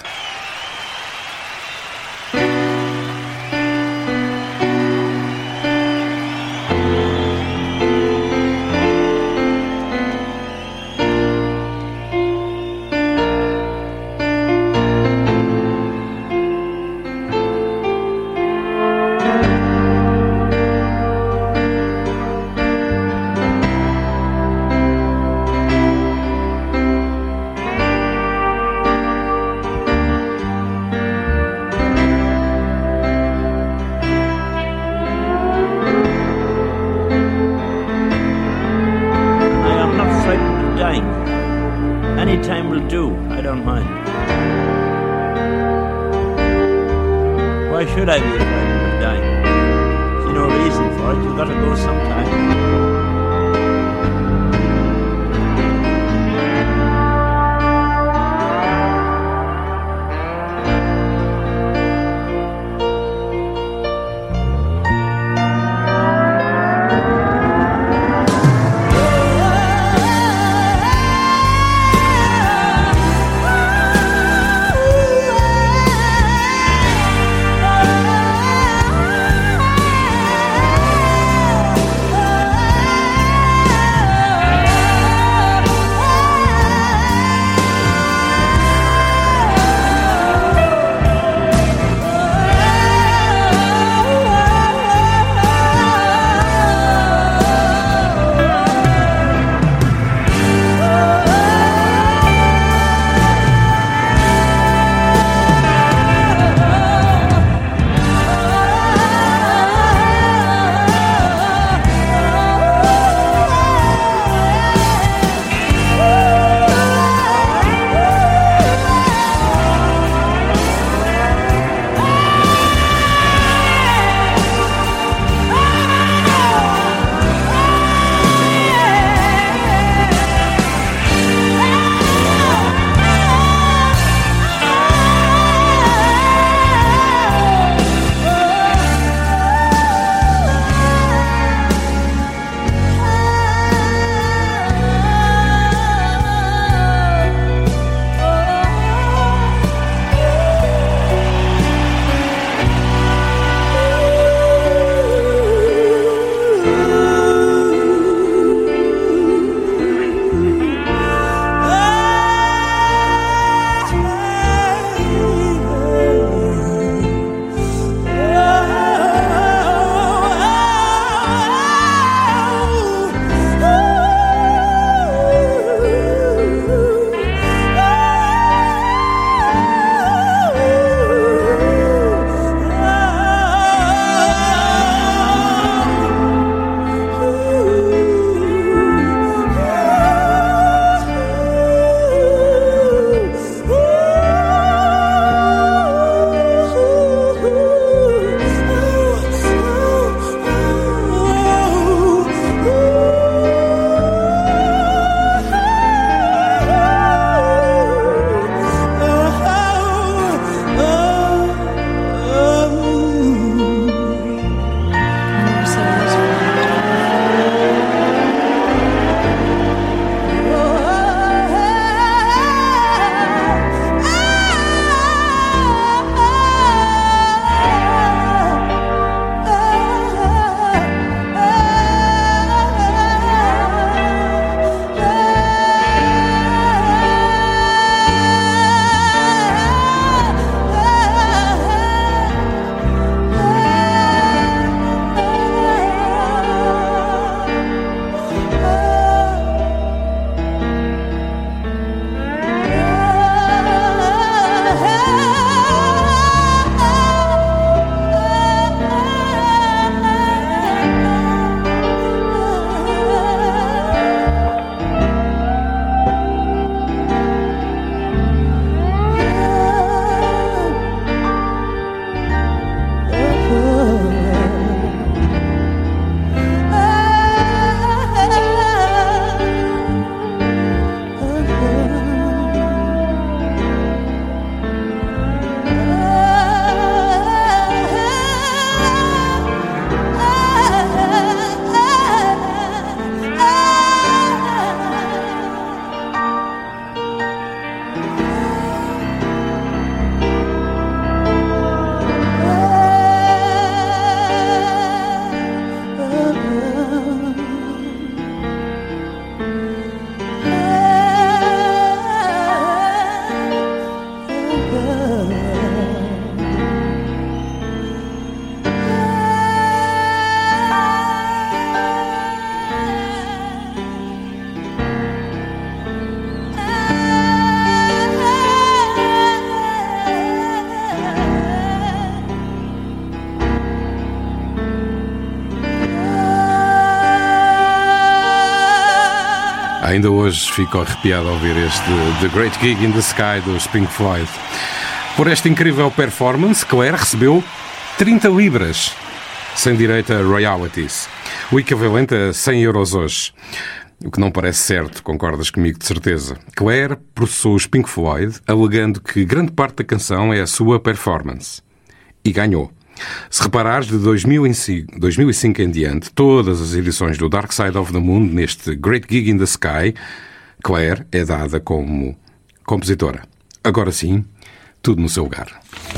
Ainda hoje fico arrepiado ao ouvir este The Great Gig in the Sky dos Pink Floyd. Por esta incrível performance, Claire recebeu 30 libras, sem direito a royalties, o equivalente a 100 euros hoje. O que não parece certo, concordas comigo de certeza. Claire processou os Pink Floyd, alegando que grande parte da canção é a sua performance. E ganhou. Se reparares, de 2005 em diante, todas as edições do Dark Side of the Moon, neste Great Gig in the Sky, Claire é dada como compositora. Agora sim, tudo no seu lugar.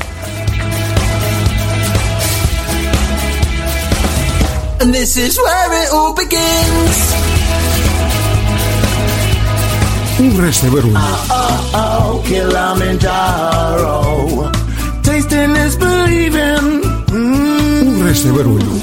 And this is where it all begins. O resto é barulho. Oh, Kilimanjaro. Tasting is believing. O resto é barulho.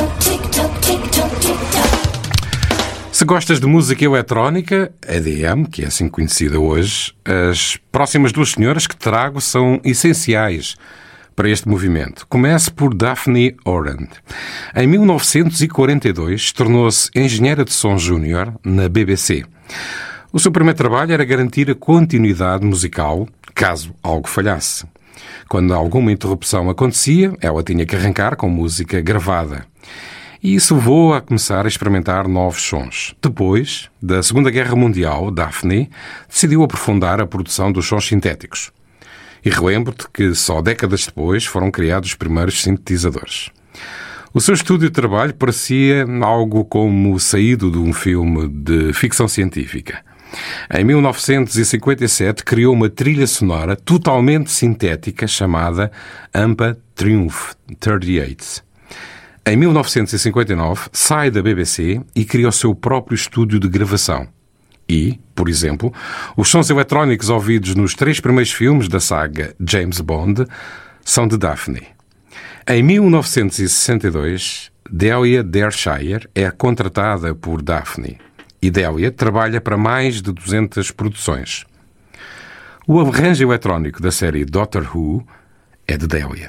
Se gostas de música eletrónica, EDM, que é assim conhecida hoje, as próximas duas senhoras que trago são essenciais para este movimento. Comece por Daphne Oran. Em 1942, tornou-se engenheira de som júnior na BBC. O seu primeiro trabalho era garantir a continuidade musical, caso algo falhasse. Quando alguma interrupção acontecia, ela tinha que arrancar com música gravada. E isso levou a começar a experimentar novos sons. Depois da Segunda Guerra Mundial, Daphne decidiu aprofundar a produção dos sons sintéticos. E relembro-te que só décadas depois foram criados os primeiros sintetizadores. O seu estúdio de trabalho parecia algo como saído de um filme de ficção científica. Em 1957 criou uma trilha sonora totalmente sintética chamada AMPA Triumph 38. Em 1959 sai da BBC e cria o seu próprio estúdio de gravação. E, por exemplo, os sons eletrónicos ouvidos nos 3 primeiros filmes da saga James Bond são de Daphne. Em 1962, Delia Derbyshire é contratada por Daphne. E Delia trabalha para mais de 200 produções. O arranjo eletrónico da série Doctor Who é de Delia.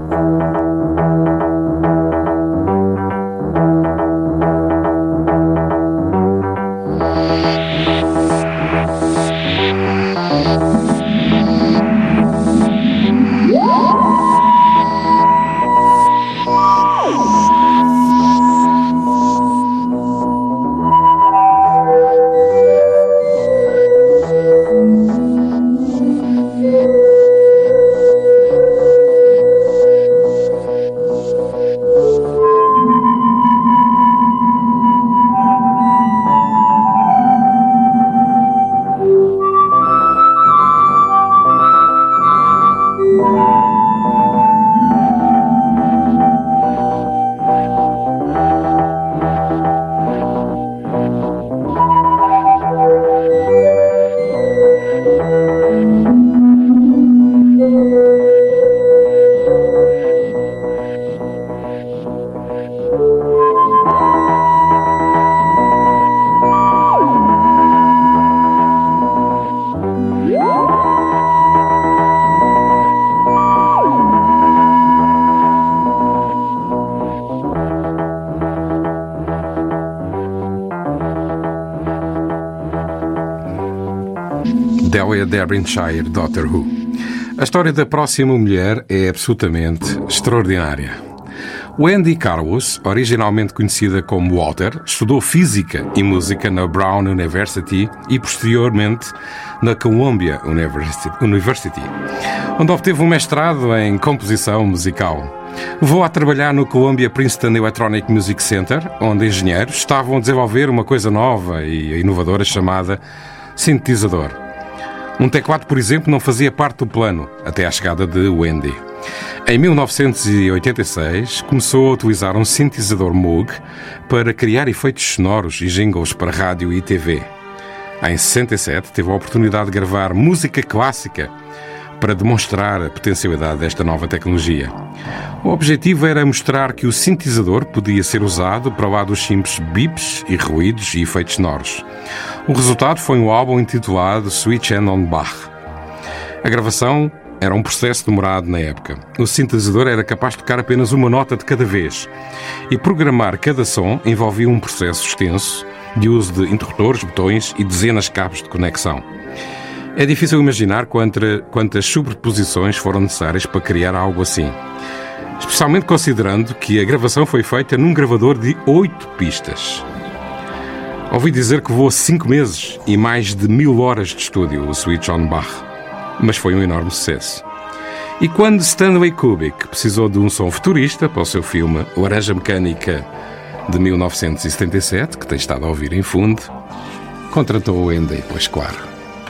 Delia Derbyshire, Doctor Who. A história da próxima mulher é absolutamente extraordinária. Wendy Carlos, originalmente conhecida como Walter, estudou Física e Música na Brown University e, posteriormente, na Columbia University, onde obteve um mestrado em Composição Musical. Levou a trabalhar no Columbia Princeton Electronic Music Center, onde engenheiros estavam a desenvolver uma coisa nova e inovadora chamada sintetizador. Um teclado, por exemplo, não fazia parte do plano, até à chegada de Wendy. Em 1986, começou a utilizar um sintetizador Moog para criar efeitos sonoros e jingles para rádio e TV. Em 67, teve a oportunidade de gravar música clássica para demonstrar a potencialidade desta nova tecnologia. O objetivo era mostrar que o sintetizador podia ser usado para lá dos simples bips e ruídos e efeitos sonoros. O resultado foi um álbum intitulado Switch on Bach. A gravação era um processo demorado na época. O sintetizador era capaz de tocar apenas uma nota de cada vez e programar cada som envolvia um processo extenso de uso de interruptores, botões e dezenas de cabos de conexão. É difícil imaginar quantas sobreposições foram necessárias para criar algo assim. Especialmente considerando que a gravação foi feita num gravador de 8 pistas. Ouvi dizer que levou 5 meses e mais de 1000 horas de estúdio, o Switch on Bach. Mas foi um enorme sucesso. E quando Stanley Kubrick precisou de um som futurista para o seu filme Laranja Mecânica de 1977, que tem estado a ouvir em fundo, contratou o Andy, pois claro.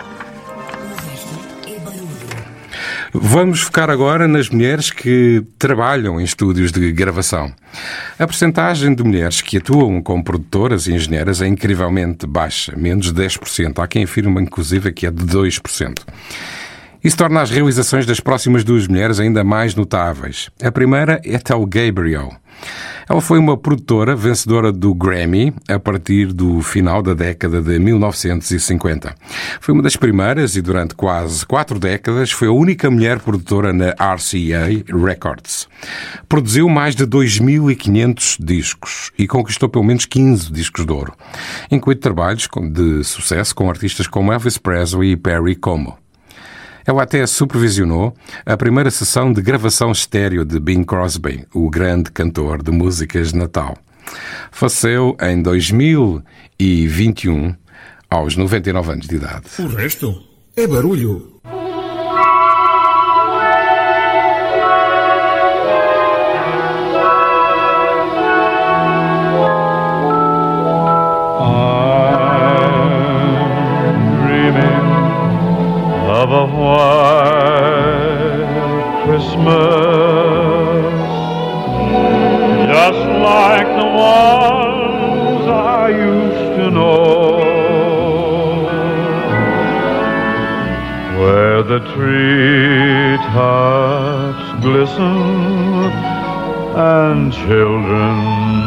Vamos focar agora nas mulheres que trabalham em estúdios de gravação. A percentagem de mulheres que atuam como produtoras e engenheiras é incrivelmente baixa, menos de 10%. Há quem afirma, inclusive, que é de 2%. Isso torna as realizações das próximas duas mulheres ainda mais notáveis. A primeira é Ethel Gabriel. Ela foi uma produtora vencedora do Grammy a partir do final da década de 1950. Foi uma das primeiras e durante quase 4 décadas foi a única mulher produtora na RCA Records. Produziu mais de 2.500 discos e conquistou pelo menos 15 discos de ouro, incluindo trabalhos de sucesso com artistas como Elvis Presley e Perry Como. Ela até supervisionou a primeira sessão de gravação estéreo de Bing Crosby, o grande cantor de músicas de Natal. Faleceu em 2021, aos 99 anos de idade. O resto é barulho. Of a white Christmas, just like the ones I used to know, where the treetops glisten and children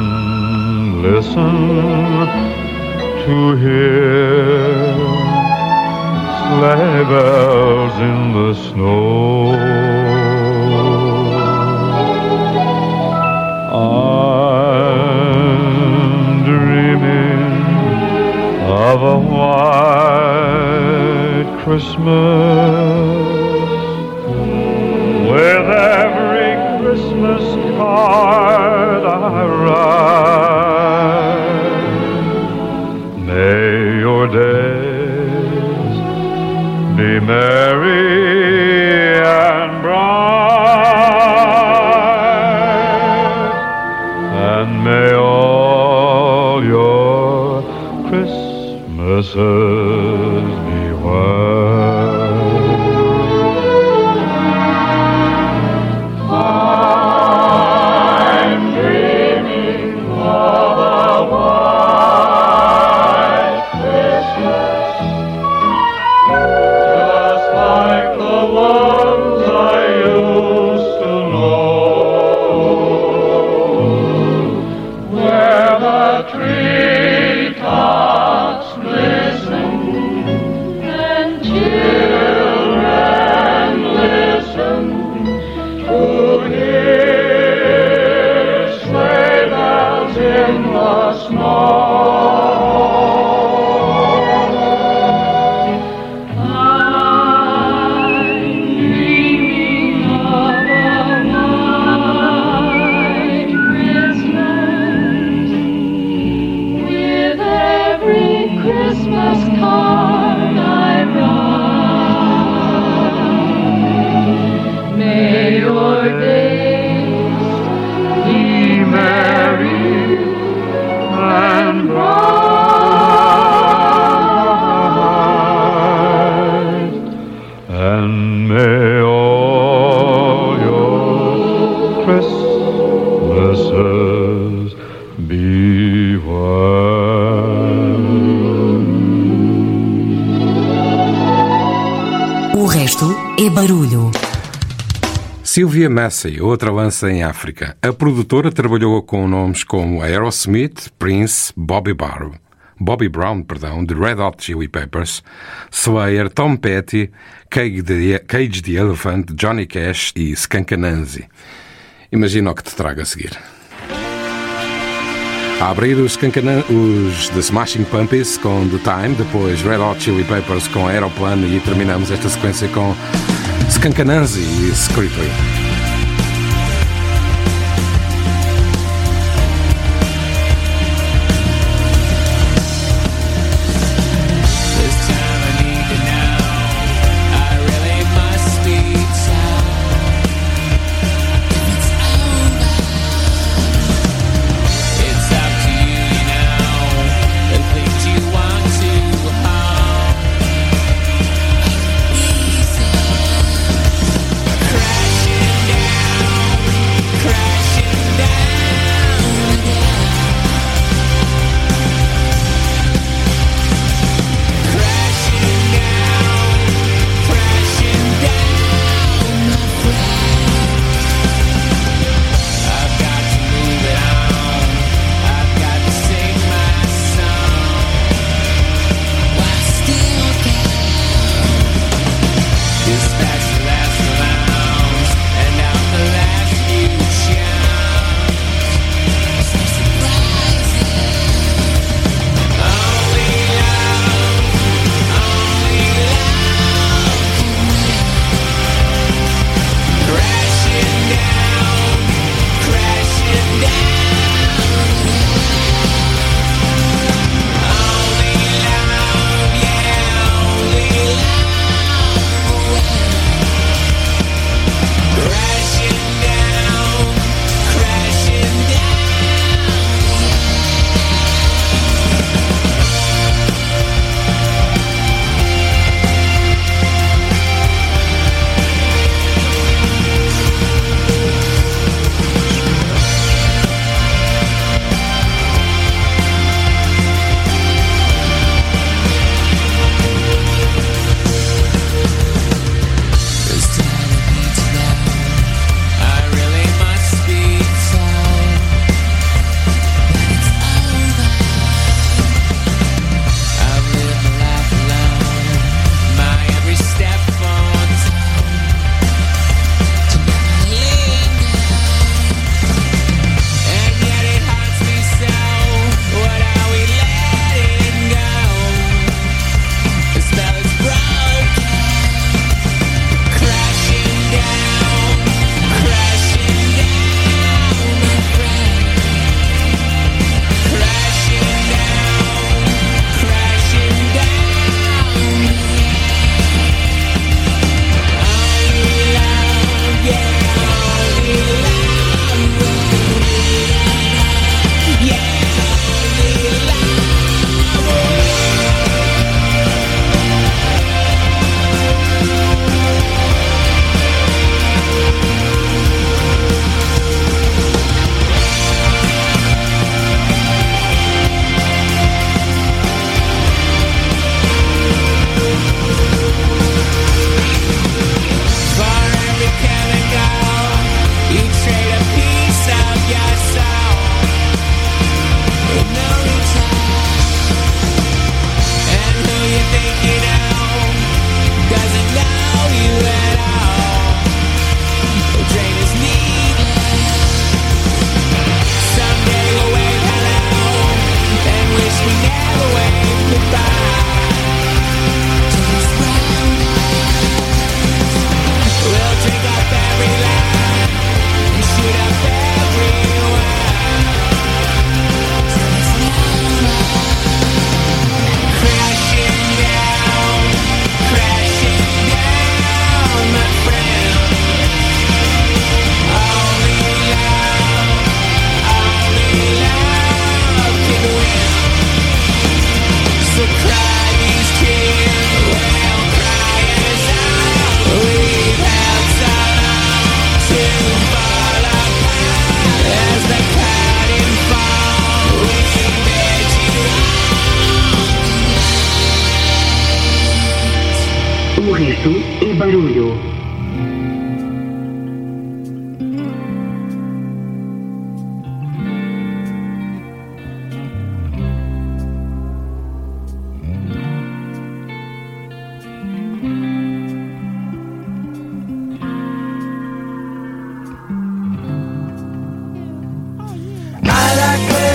listen to hear sleigh bells in the snow. I'm dreaming of a white Christmas, with every Christmas card I write. May your day be merry and bright, and may all your Christmases be white. I'm dreaming of a white Christmas, like the ones I used to know, where the treetops glisten and children listen to hear sleigh bells in the snow. É barulho. Sylvia Massey, outra lança em África. A produtora trabalhou com nomes como Aerosmith, Prince, Bobby Brown, The Red Hot Chili Peppers, Slayer, Tom Petty, Cage the Elephant, Johnny Cash e Skank Anansi. Imagina o que te trago a seguir. A abrir os The Smashing Pumpkins com The Time, depois Red Hot Chili Peppers com Aeroplane e terminamos esta sequência com Skankanansi e Secretly. Crashing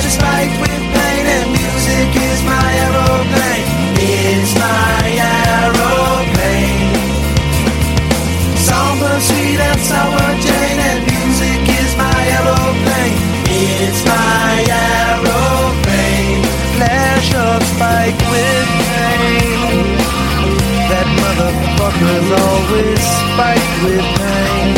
there's a spike with pain, and music is my aeroplane. It's my aeroplane. Somber, sweet and sour Jane, and music is my aeroplane. It's my aeroplane. Pleasure spike with pain. That motherfucker's always spiked with pain.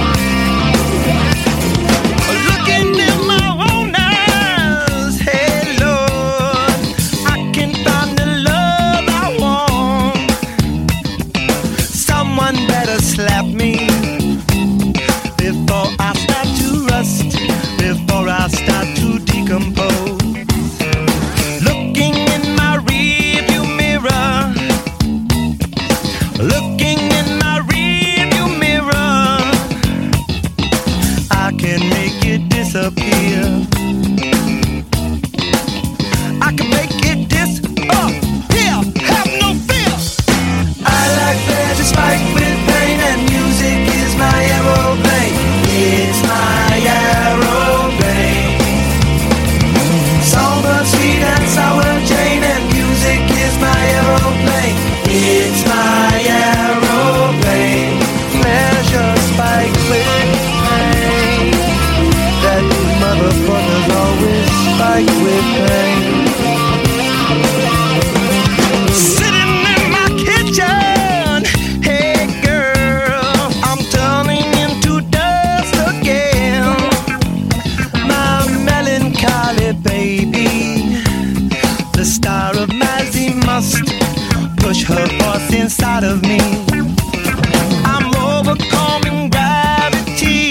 Looking in my own eyes, hey Lord, I can find the love I want. Someone better slap me before I start to rust, before I start to decompose. Looking in my rearview mirror, looking in my rearview mirror, I can make it disappear. I can make it disappear. Have no fear. I like pleasure spiked with pain, and music is my aeroplane. It's my aeroplane. Somber, sweet and sour Jane, and music is my aeroplane. It's my aeroplane. Pleasure spiked with pain. That motherfucker's always spiked with pain. Sitting in my kitchen, hey girl, I'm turning into dust again. My melancholy baby, the star of Mazzy must push her voice inside of me. I'm overcoming gravity.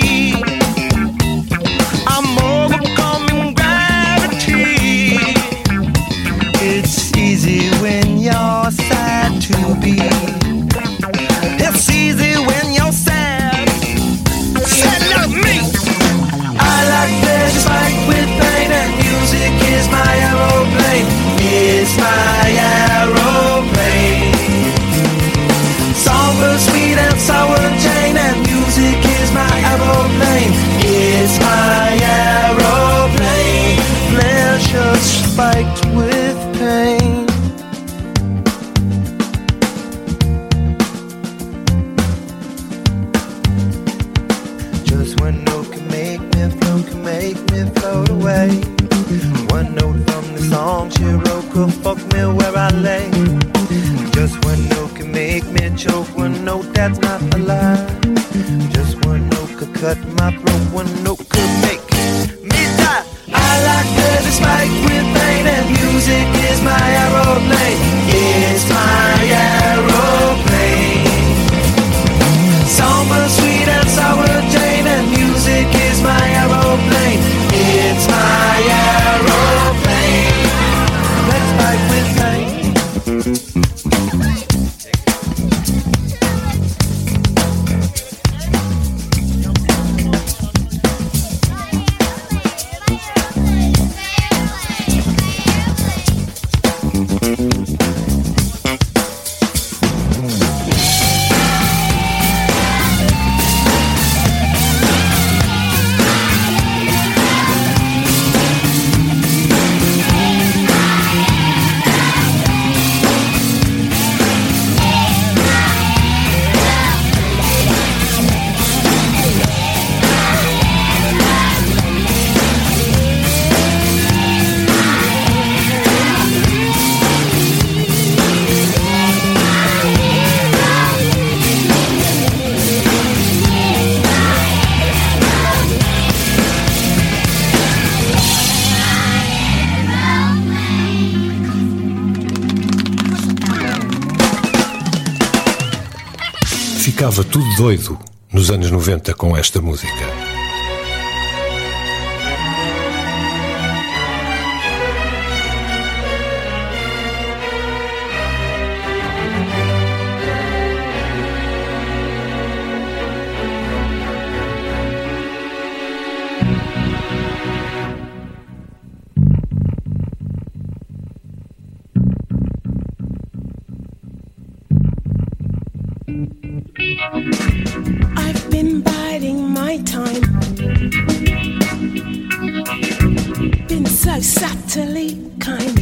I'm overcoming gravity. It's easy when you're sad to be. It's easy when you're sad. Sad like me. I like pleasure spiked with pain, and music is my aeroplane. It's my aeroplane. Somber, sweet and sour Jane, and music is my aeroplane. It's my aeroplane. Pleasure spiked with pain. Just one note can make me float away. One note from the song she wrote could fuck me where I lay. Just one note can make me choke. One note that's not a lie. Just one note could cut my throat. One note could make me die. I like the spike with pain, and music is my aeroplane. It's my aeroplane. Somber, sweet and sour Jane, and music is my aeroplane. It's my aeroplane. Let's spike with pain. Ficava tudo doido nos anos 90 com esta música. I've been biding my time, been so so subtly kind.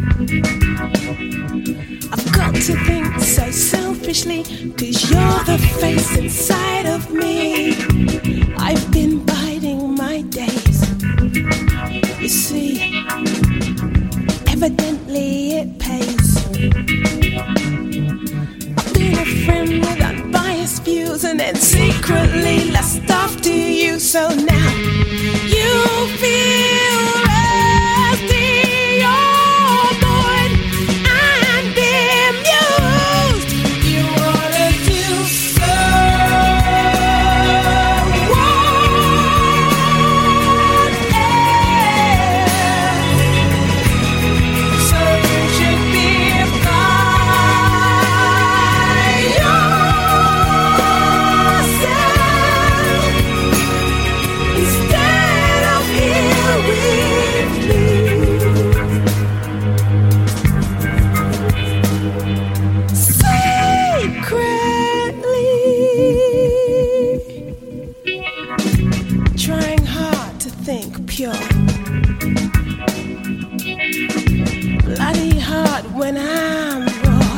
I've got to think so selfishly, 'cause you're the face inside of me. I've been biding my days. You see, evidently it pays. I've been a friend with unbiased views and then secretly lust after you. So now you feel rusty or bored and bemused. You wanna do so. So you should be by yourself instead of here with me. Secretly trying hard to think pure. Bloody hard when I'm raw.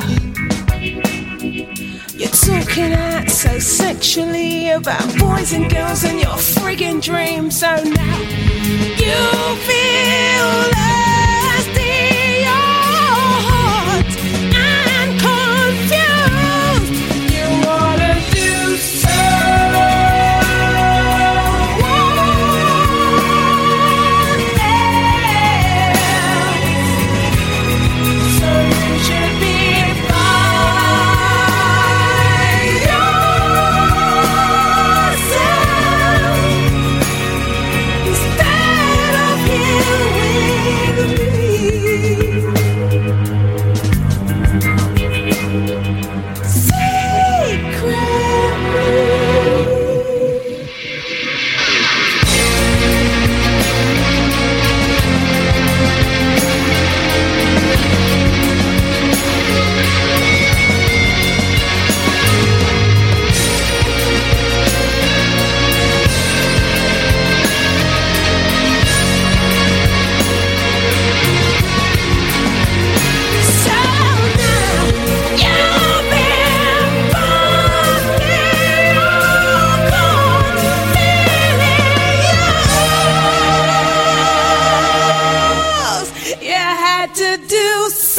You're talking out so sexually about boys and girls and your friggin' dreams. So now you feel lusty or hot and confused. You wanna do so. So you should be by yourself instead of here with me. You had to do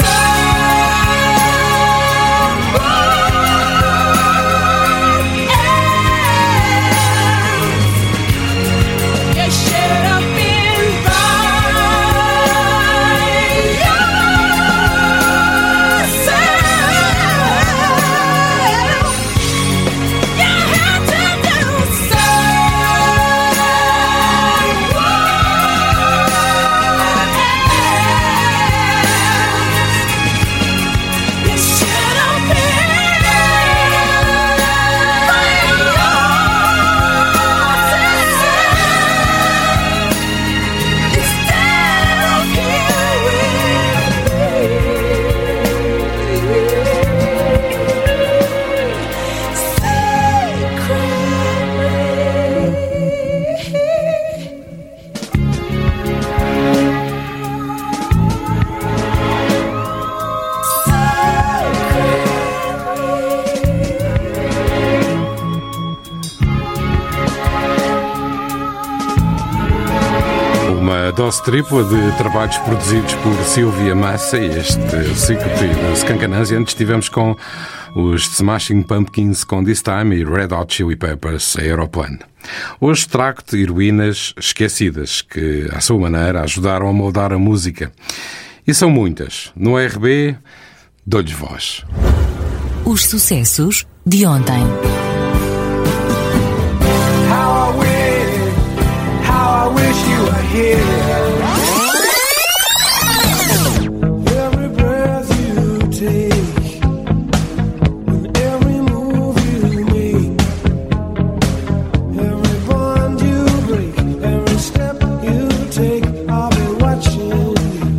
dose tripla de trabalhos produzidos por Silvia Massa e este ciclo de Skankanansi. Antes estivemos com os Smashing Pumpkins com This Time e Red Hot Chili Peppers, Aeroplane. Hoje trago-te heroínas esquecidas que, à sua maneira, ajudaram a moldar a música. E são muitas. No RB, dou-lhes voz. Os sucessos de ontem. How I wish you were here. Every breath you take, and every move you make, every bond you break, every step you take, I'll be watching you.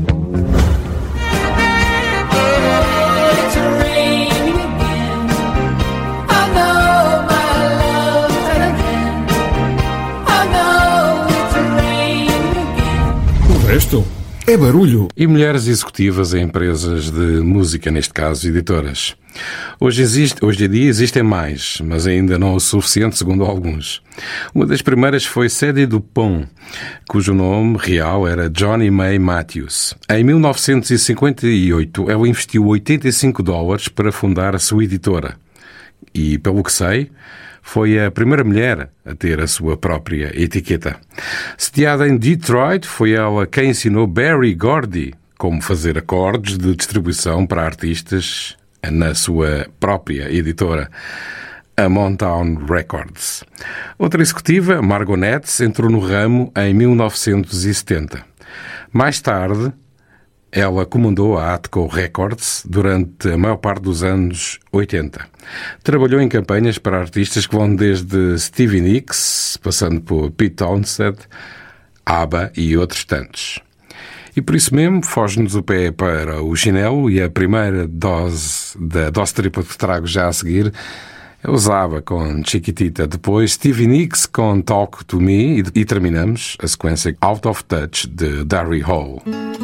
It's raining again. I know my love's again. I know it's raining again. O resto é barulho. E mulheres executivas em empresas de música, neste caso editoras. Hoje em dia existem mais, mas ainda não o suficiente, segundo alguns. Uma das primeiras foi Sadie Dupont, cujo nome real era Johnny May Matthews. Em 1958, ela investiu $85 para fundar a sua editora. E, pelo que sei, foi a primeira mulher a ter a sua própria etiqueta. Sediada em Detroit, foi ela quem ensinou Berry Gordy como fazer acordes de distribuição para artistas na sua própria editora, a Motown Records. Outra executiva, Margot Netz, entrou no ramo em 1970. Mais tarde, ela comandou a Atco Records durante a maior parte dos anos 80. Trabalhou em campanhas para artistas que vão desde Stevie Nicks, passando por Pete Townshend, ABBA e outros tantos. E por isso mesmo, foge-nos o pé para o chinelo, e a primeira dose da dose tripla que trago já a seguir é o ABBA com Chiquitita, depois Stevie Nicks com Talk to Me e terminamos a sequência Out of Touch de Darry Hall.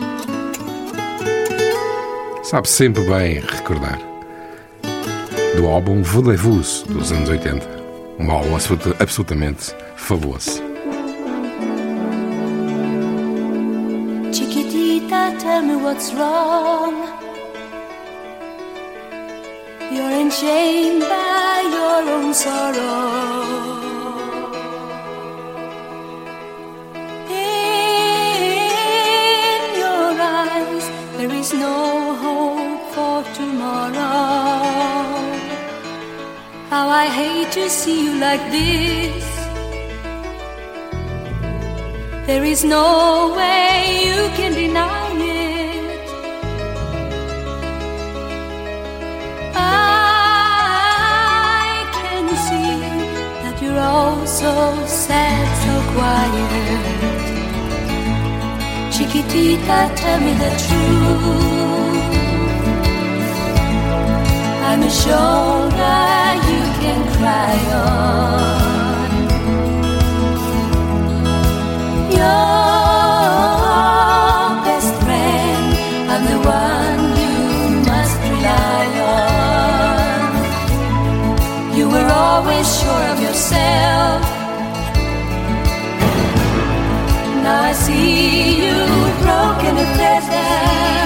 Sabe sempre bem recordar do álbum Voulez-Vous dos anos 80, um álbum absolutamente fabuloso. Chiquitita, tell me what's wrong. You're enchained by your own sorrow. In your eyes there is no hope for tomorrow. How I hate to see you like this. There is no way you can deny it. I can see that you're all so sad, so quiet. Chiquitita, tell me the truth. I'm a shoulder you can cry on. Your best friend, I'm the one you must rely on. You were always sure of yourself. Now I see you broken and feathered.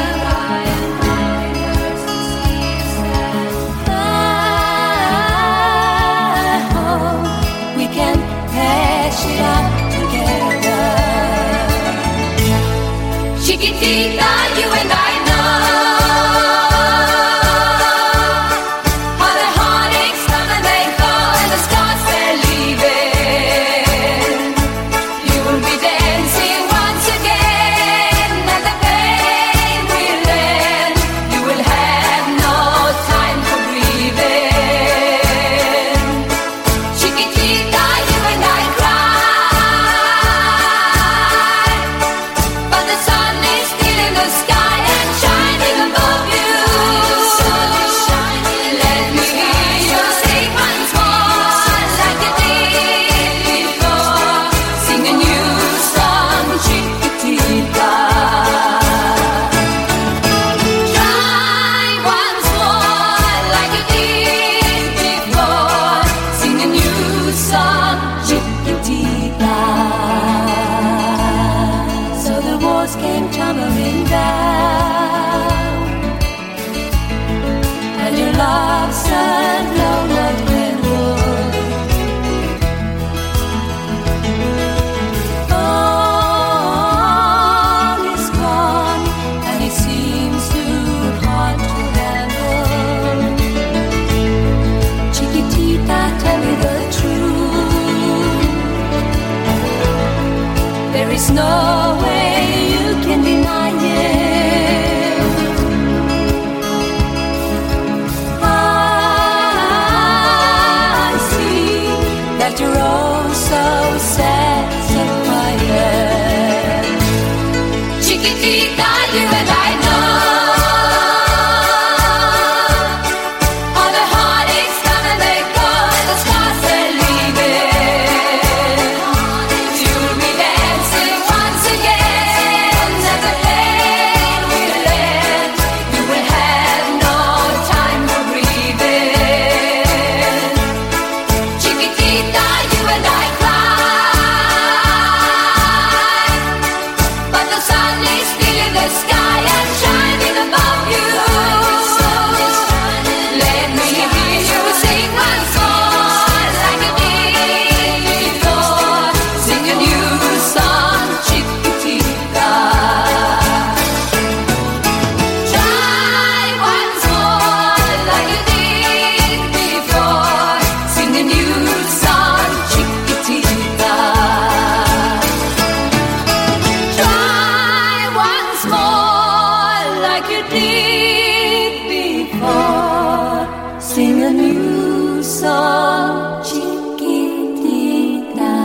I hope we can hash it out together. Chiquitita, you and I know how the heartaches come and they go, and the scars they're leaving. You will be dancing once again, and the pain will end. You will have no time for grieving. Chiquitita, you and I cry, but the sun is still in the sky and shining above you. Let me hear you sing once more like you did before. Sing a new song, Chiquitita. Try once more like you did before. Sing a new song, Chiquitita. So the walls came tumbling down, and your love's blown like redwood. All is gone, and it seems too hard to handle. Chiquitita, tell me the truth. There is no way you can deny it. I see that you're all so sad, so quiet. Chiquitita, you and I know all the heartaches come and they go, and the scars they're leaving. You'll be dancing once again, and the pain need before. Sing a new song, chiquitita.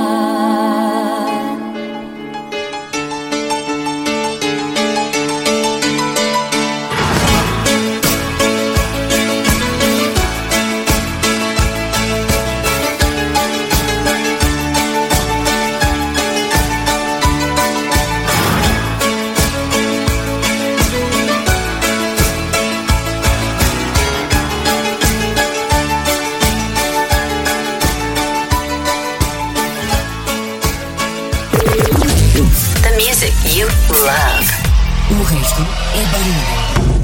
The music you love. O resto é barulho.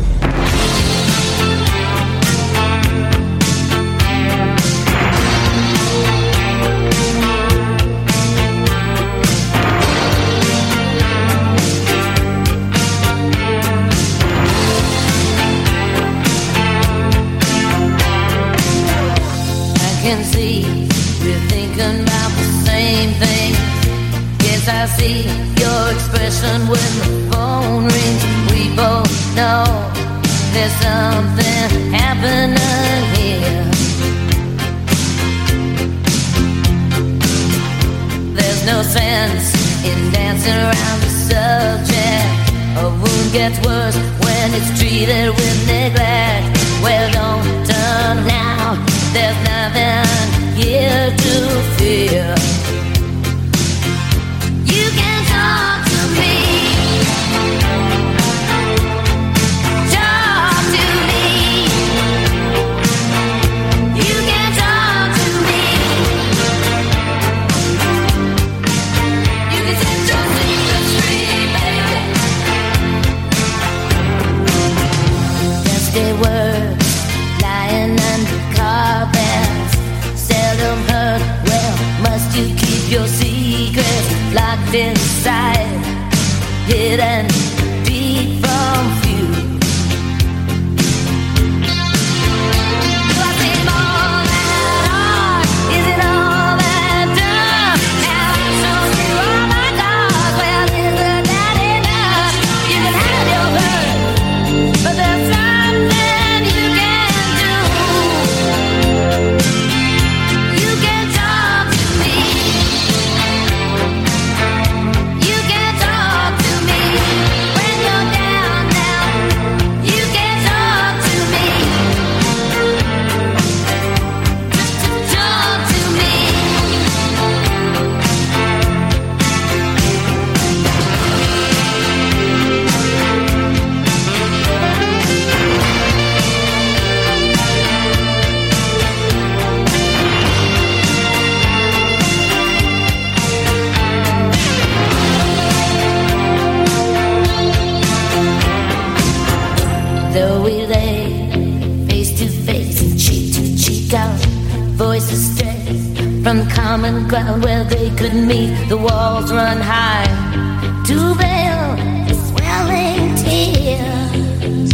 I can see we're thinking about the same thing. Yes, I see your expression when the phone rings. We both know there's something happening here. There's no sense in dancing around the subject. A wound gets worse when it's treated with neglect. Well, don't turn now. There's nothing here to fear. You can talk to me. Talk to me. You can talk to me. You can set your secrets free, baby. Dusty words lying under carpets, seldom heard. Well, must you keep your secrets locked inside, hidden deep from view? Was it all that hard? Is it all that dumb? Now I showed you all my cards. Well, isn't that enough? You can have your word, but there's something you can do. You can talk to me. You can talk to me when you're down now. You can talk to me. Just talk to me. Though we lay face to face, cheek to cheek, our voices stray from the common ground where they could meet. The walls run high to veil the swelling tears.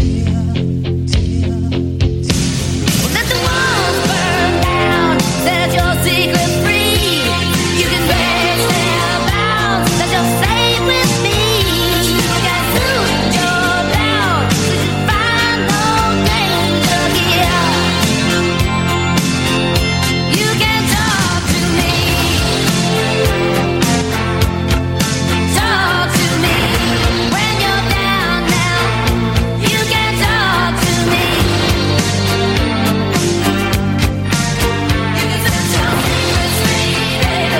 Let the walls burn down, set your secrets free. You can break their bounds, that you're safe with me. You can soothe your doubt, find no danger here. You can talk to me. Talk to me when you're down now. You can talk to me. You can set your secrets free, baby.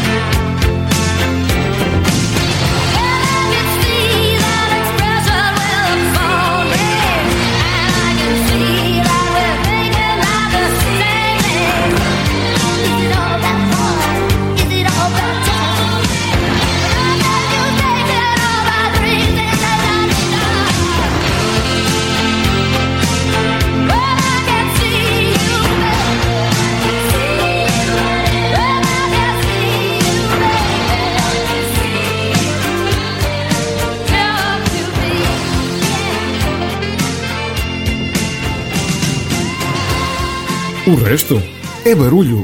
And I can see that expression when the phone rings. And I can see that we're thinking about the same thing. Is it all that hard? Is it all that tough? But I know you've taken all my dreams and they're not enough. Well, I can see you, baby. Well, I can see you, baby. Talk to me. O resto é barulho.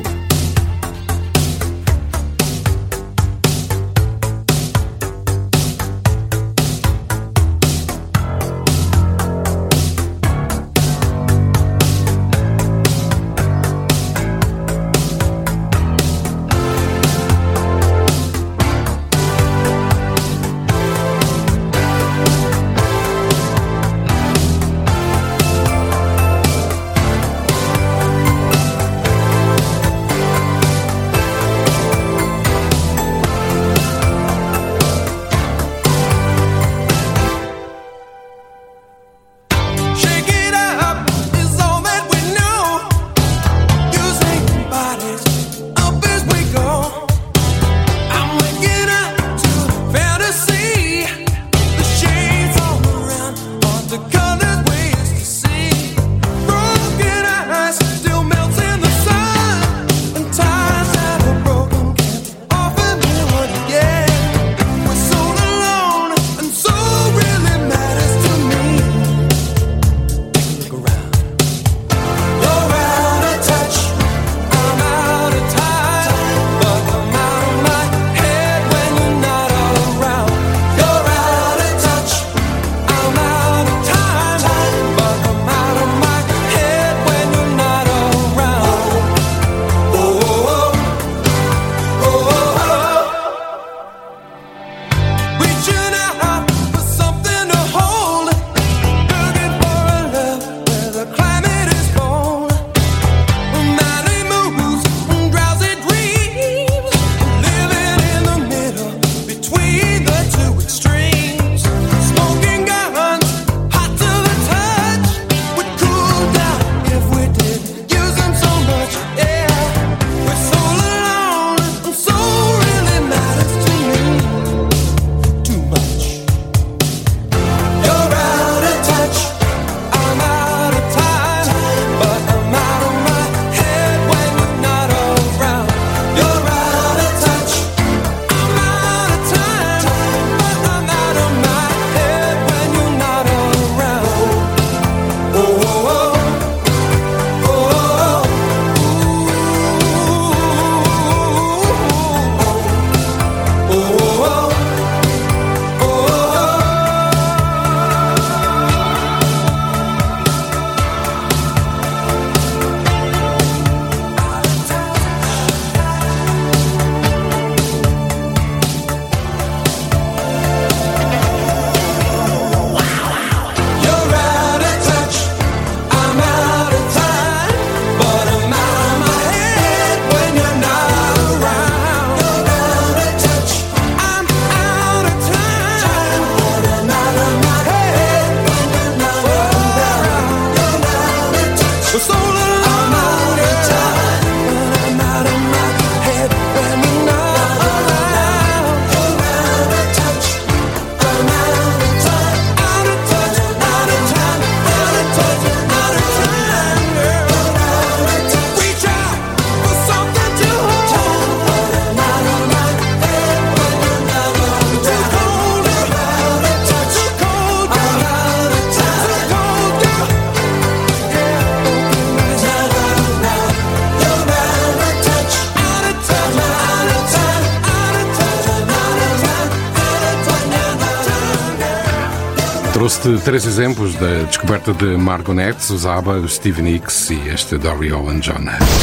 Trouxe-te 3 exemplos da descoberta de Margonettes, os ABBA, o Stevie Nicks e este Dory Owen John.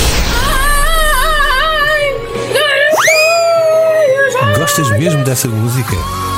Gostas mesmo dessa música?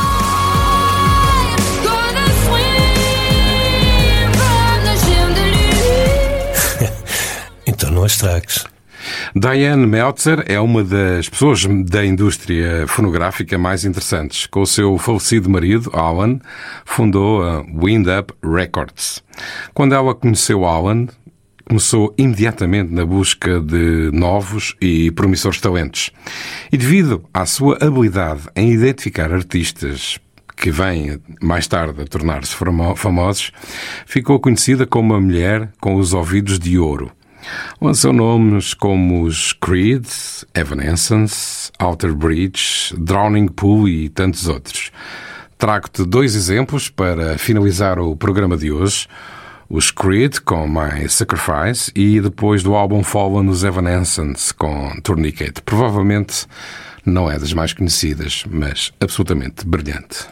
Então não a estragues. Diane Meltzer é uma das pessoas da indústria fonográfica mais interessantes. Com o seu falecido marido, Alan, fundou a Wind Up Records. Quando ela conheceu Alan, começou imediatamente na busca de novos e promissores talentos. E devido à sua habilidade em identificar artistas que vêm mais tarde a tornar-se famosos, ficou conhecida como uma mulher com os ouvidos de ouro. Lançou nomes como os Creed, Evanescence, Outer Bridge, Drowning Pool e tantos outros. Trago-te 2 exemplos para finalizar o programa de hoje. Os Creed com My Sacrifice e depois do álbum Fallen, os Evanescence com Tourniquet. Provavelmente não é das mais conhecidas, mas absolutamente brilhante.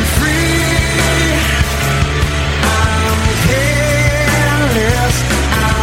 I'm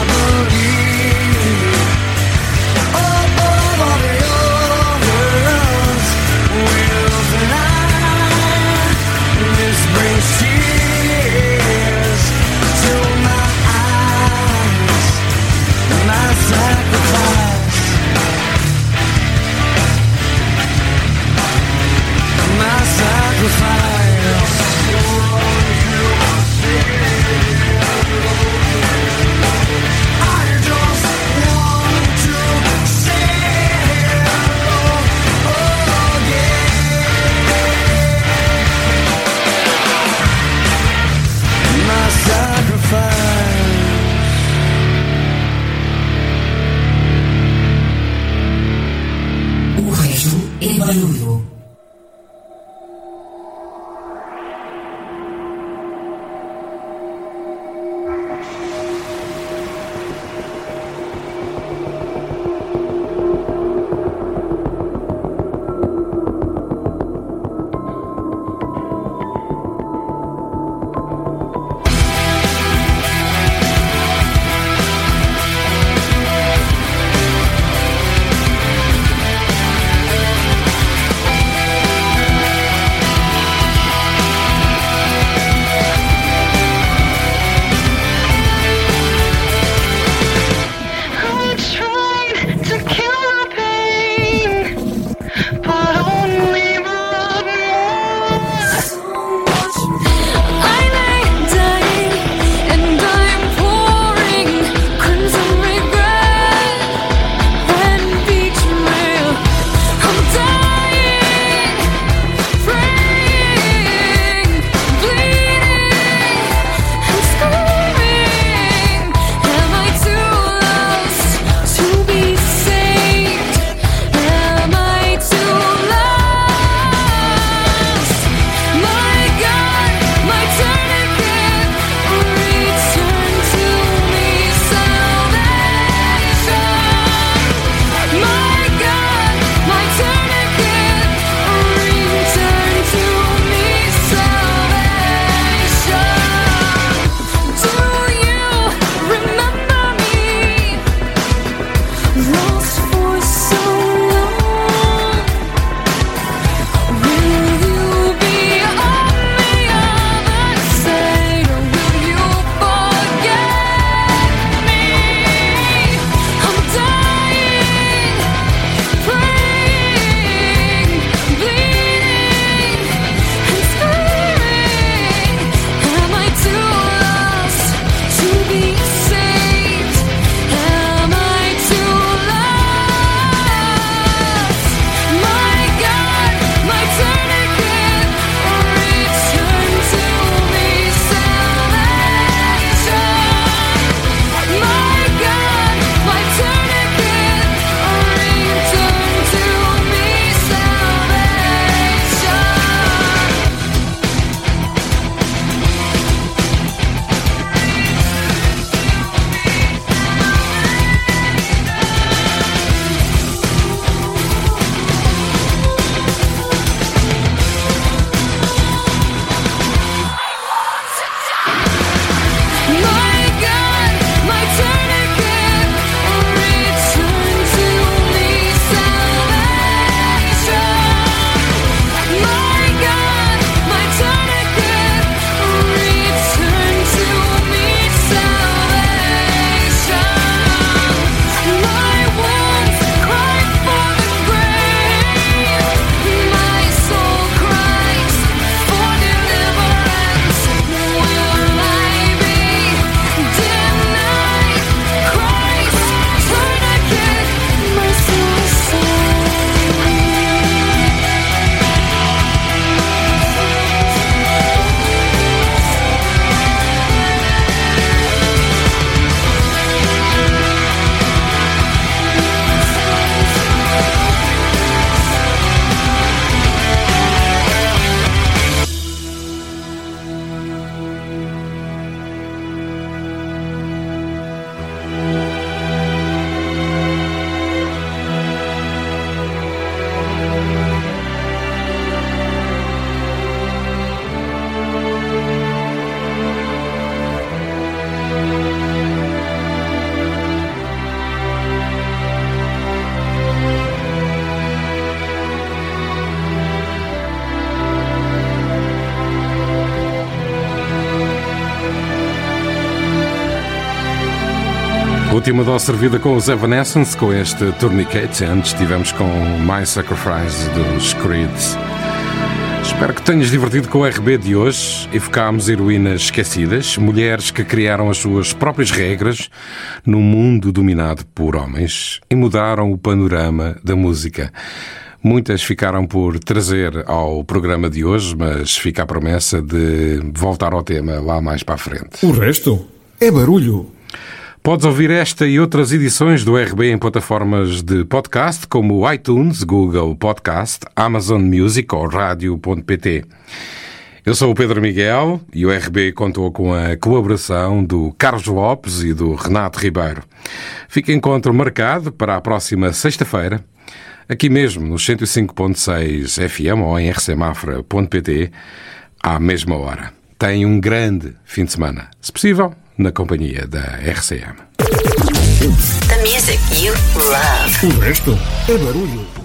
Última dose servida com os Evanescence, com este Tourniquet. Antes estivemos com My Sacrifice dos Creed. Espero que tenhas divertido com o RB de hoje. Evocámos heroínas esquecidas, mulheres que criaram as suas próprias regras num mundo dominado por homens e mudaram o panorama da música. Muitas ficaram por trazer ao programa de hoje, mas fica a promessa de voltar ao tema lá mais para a frente. O resto é barulho. Podes ouvir esta e outras edições do RB em plataformas de podcast como o iTunes, Google Podcast, Amazon Music ou Radio.pt. Eu sou o Pedro Miguel e o RB contou com a colaboração do Carlos Lopes e do Renato Ribeiro. Fica encontro marcado para a próxima sexta-feira, aqui mesmo no 105.6 FM ou em rcmafra.pt, à mesma hora. Tenha um grande fim de semana, se possível, na companhia da RCM. The music you love. O resto é barulho.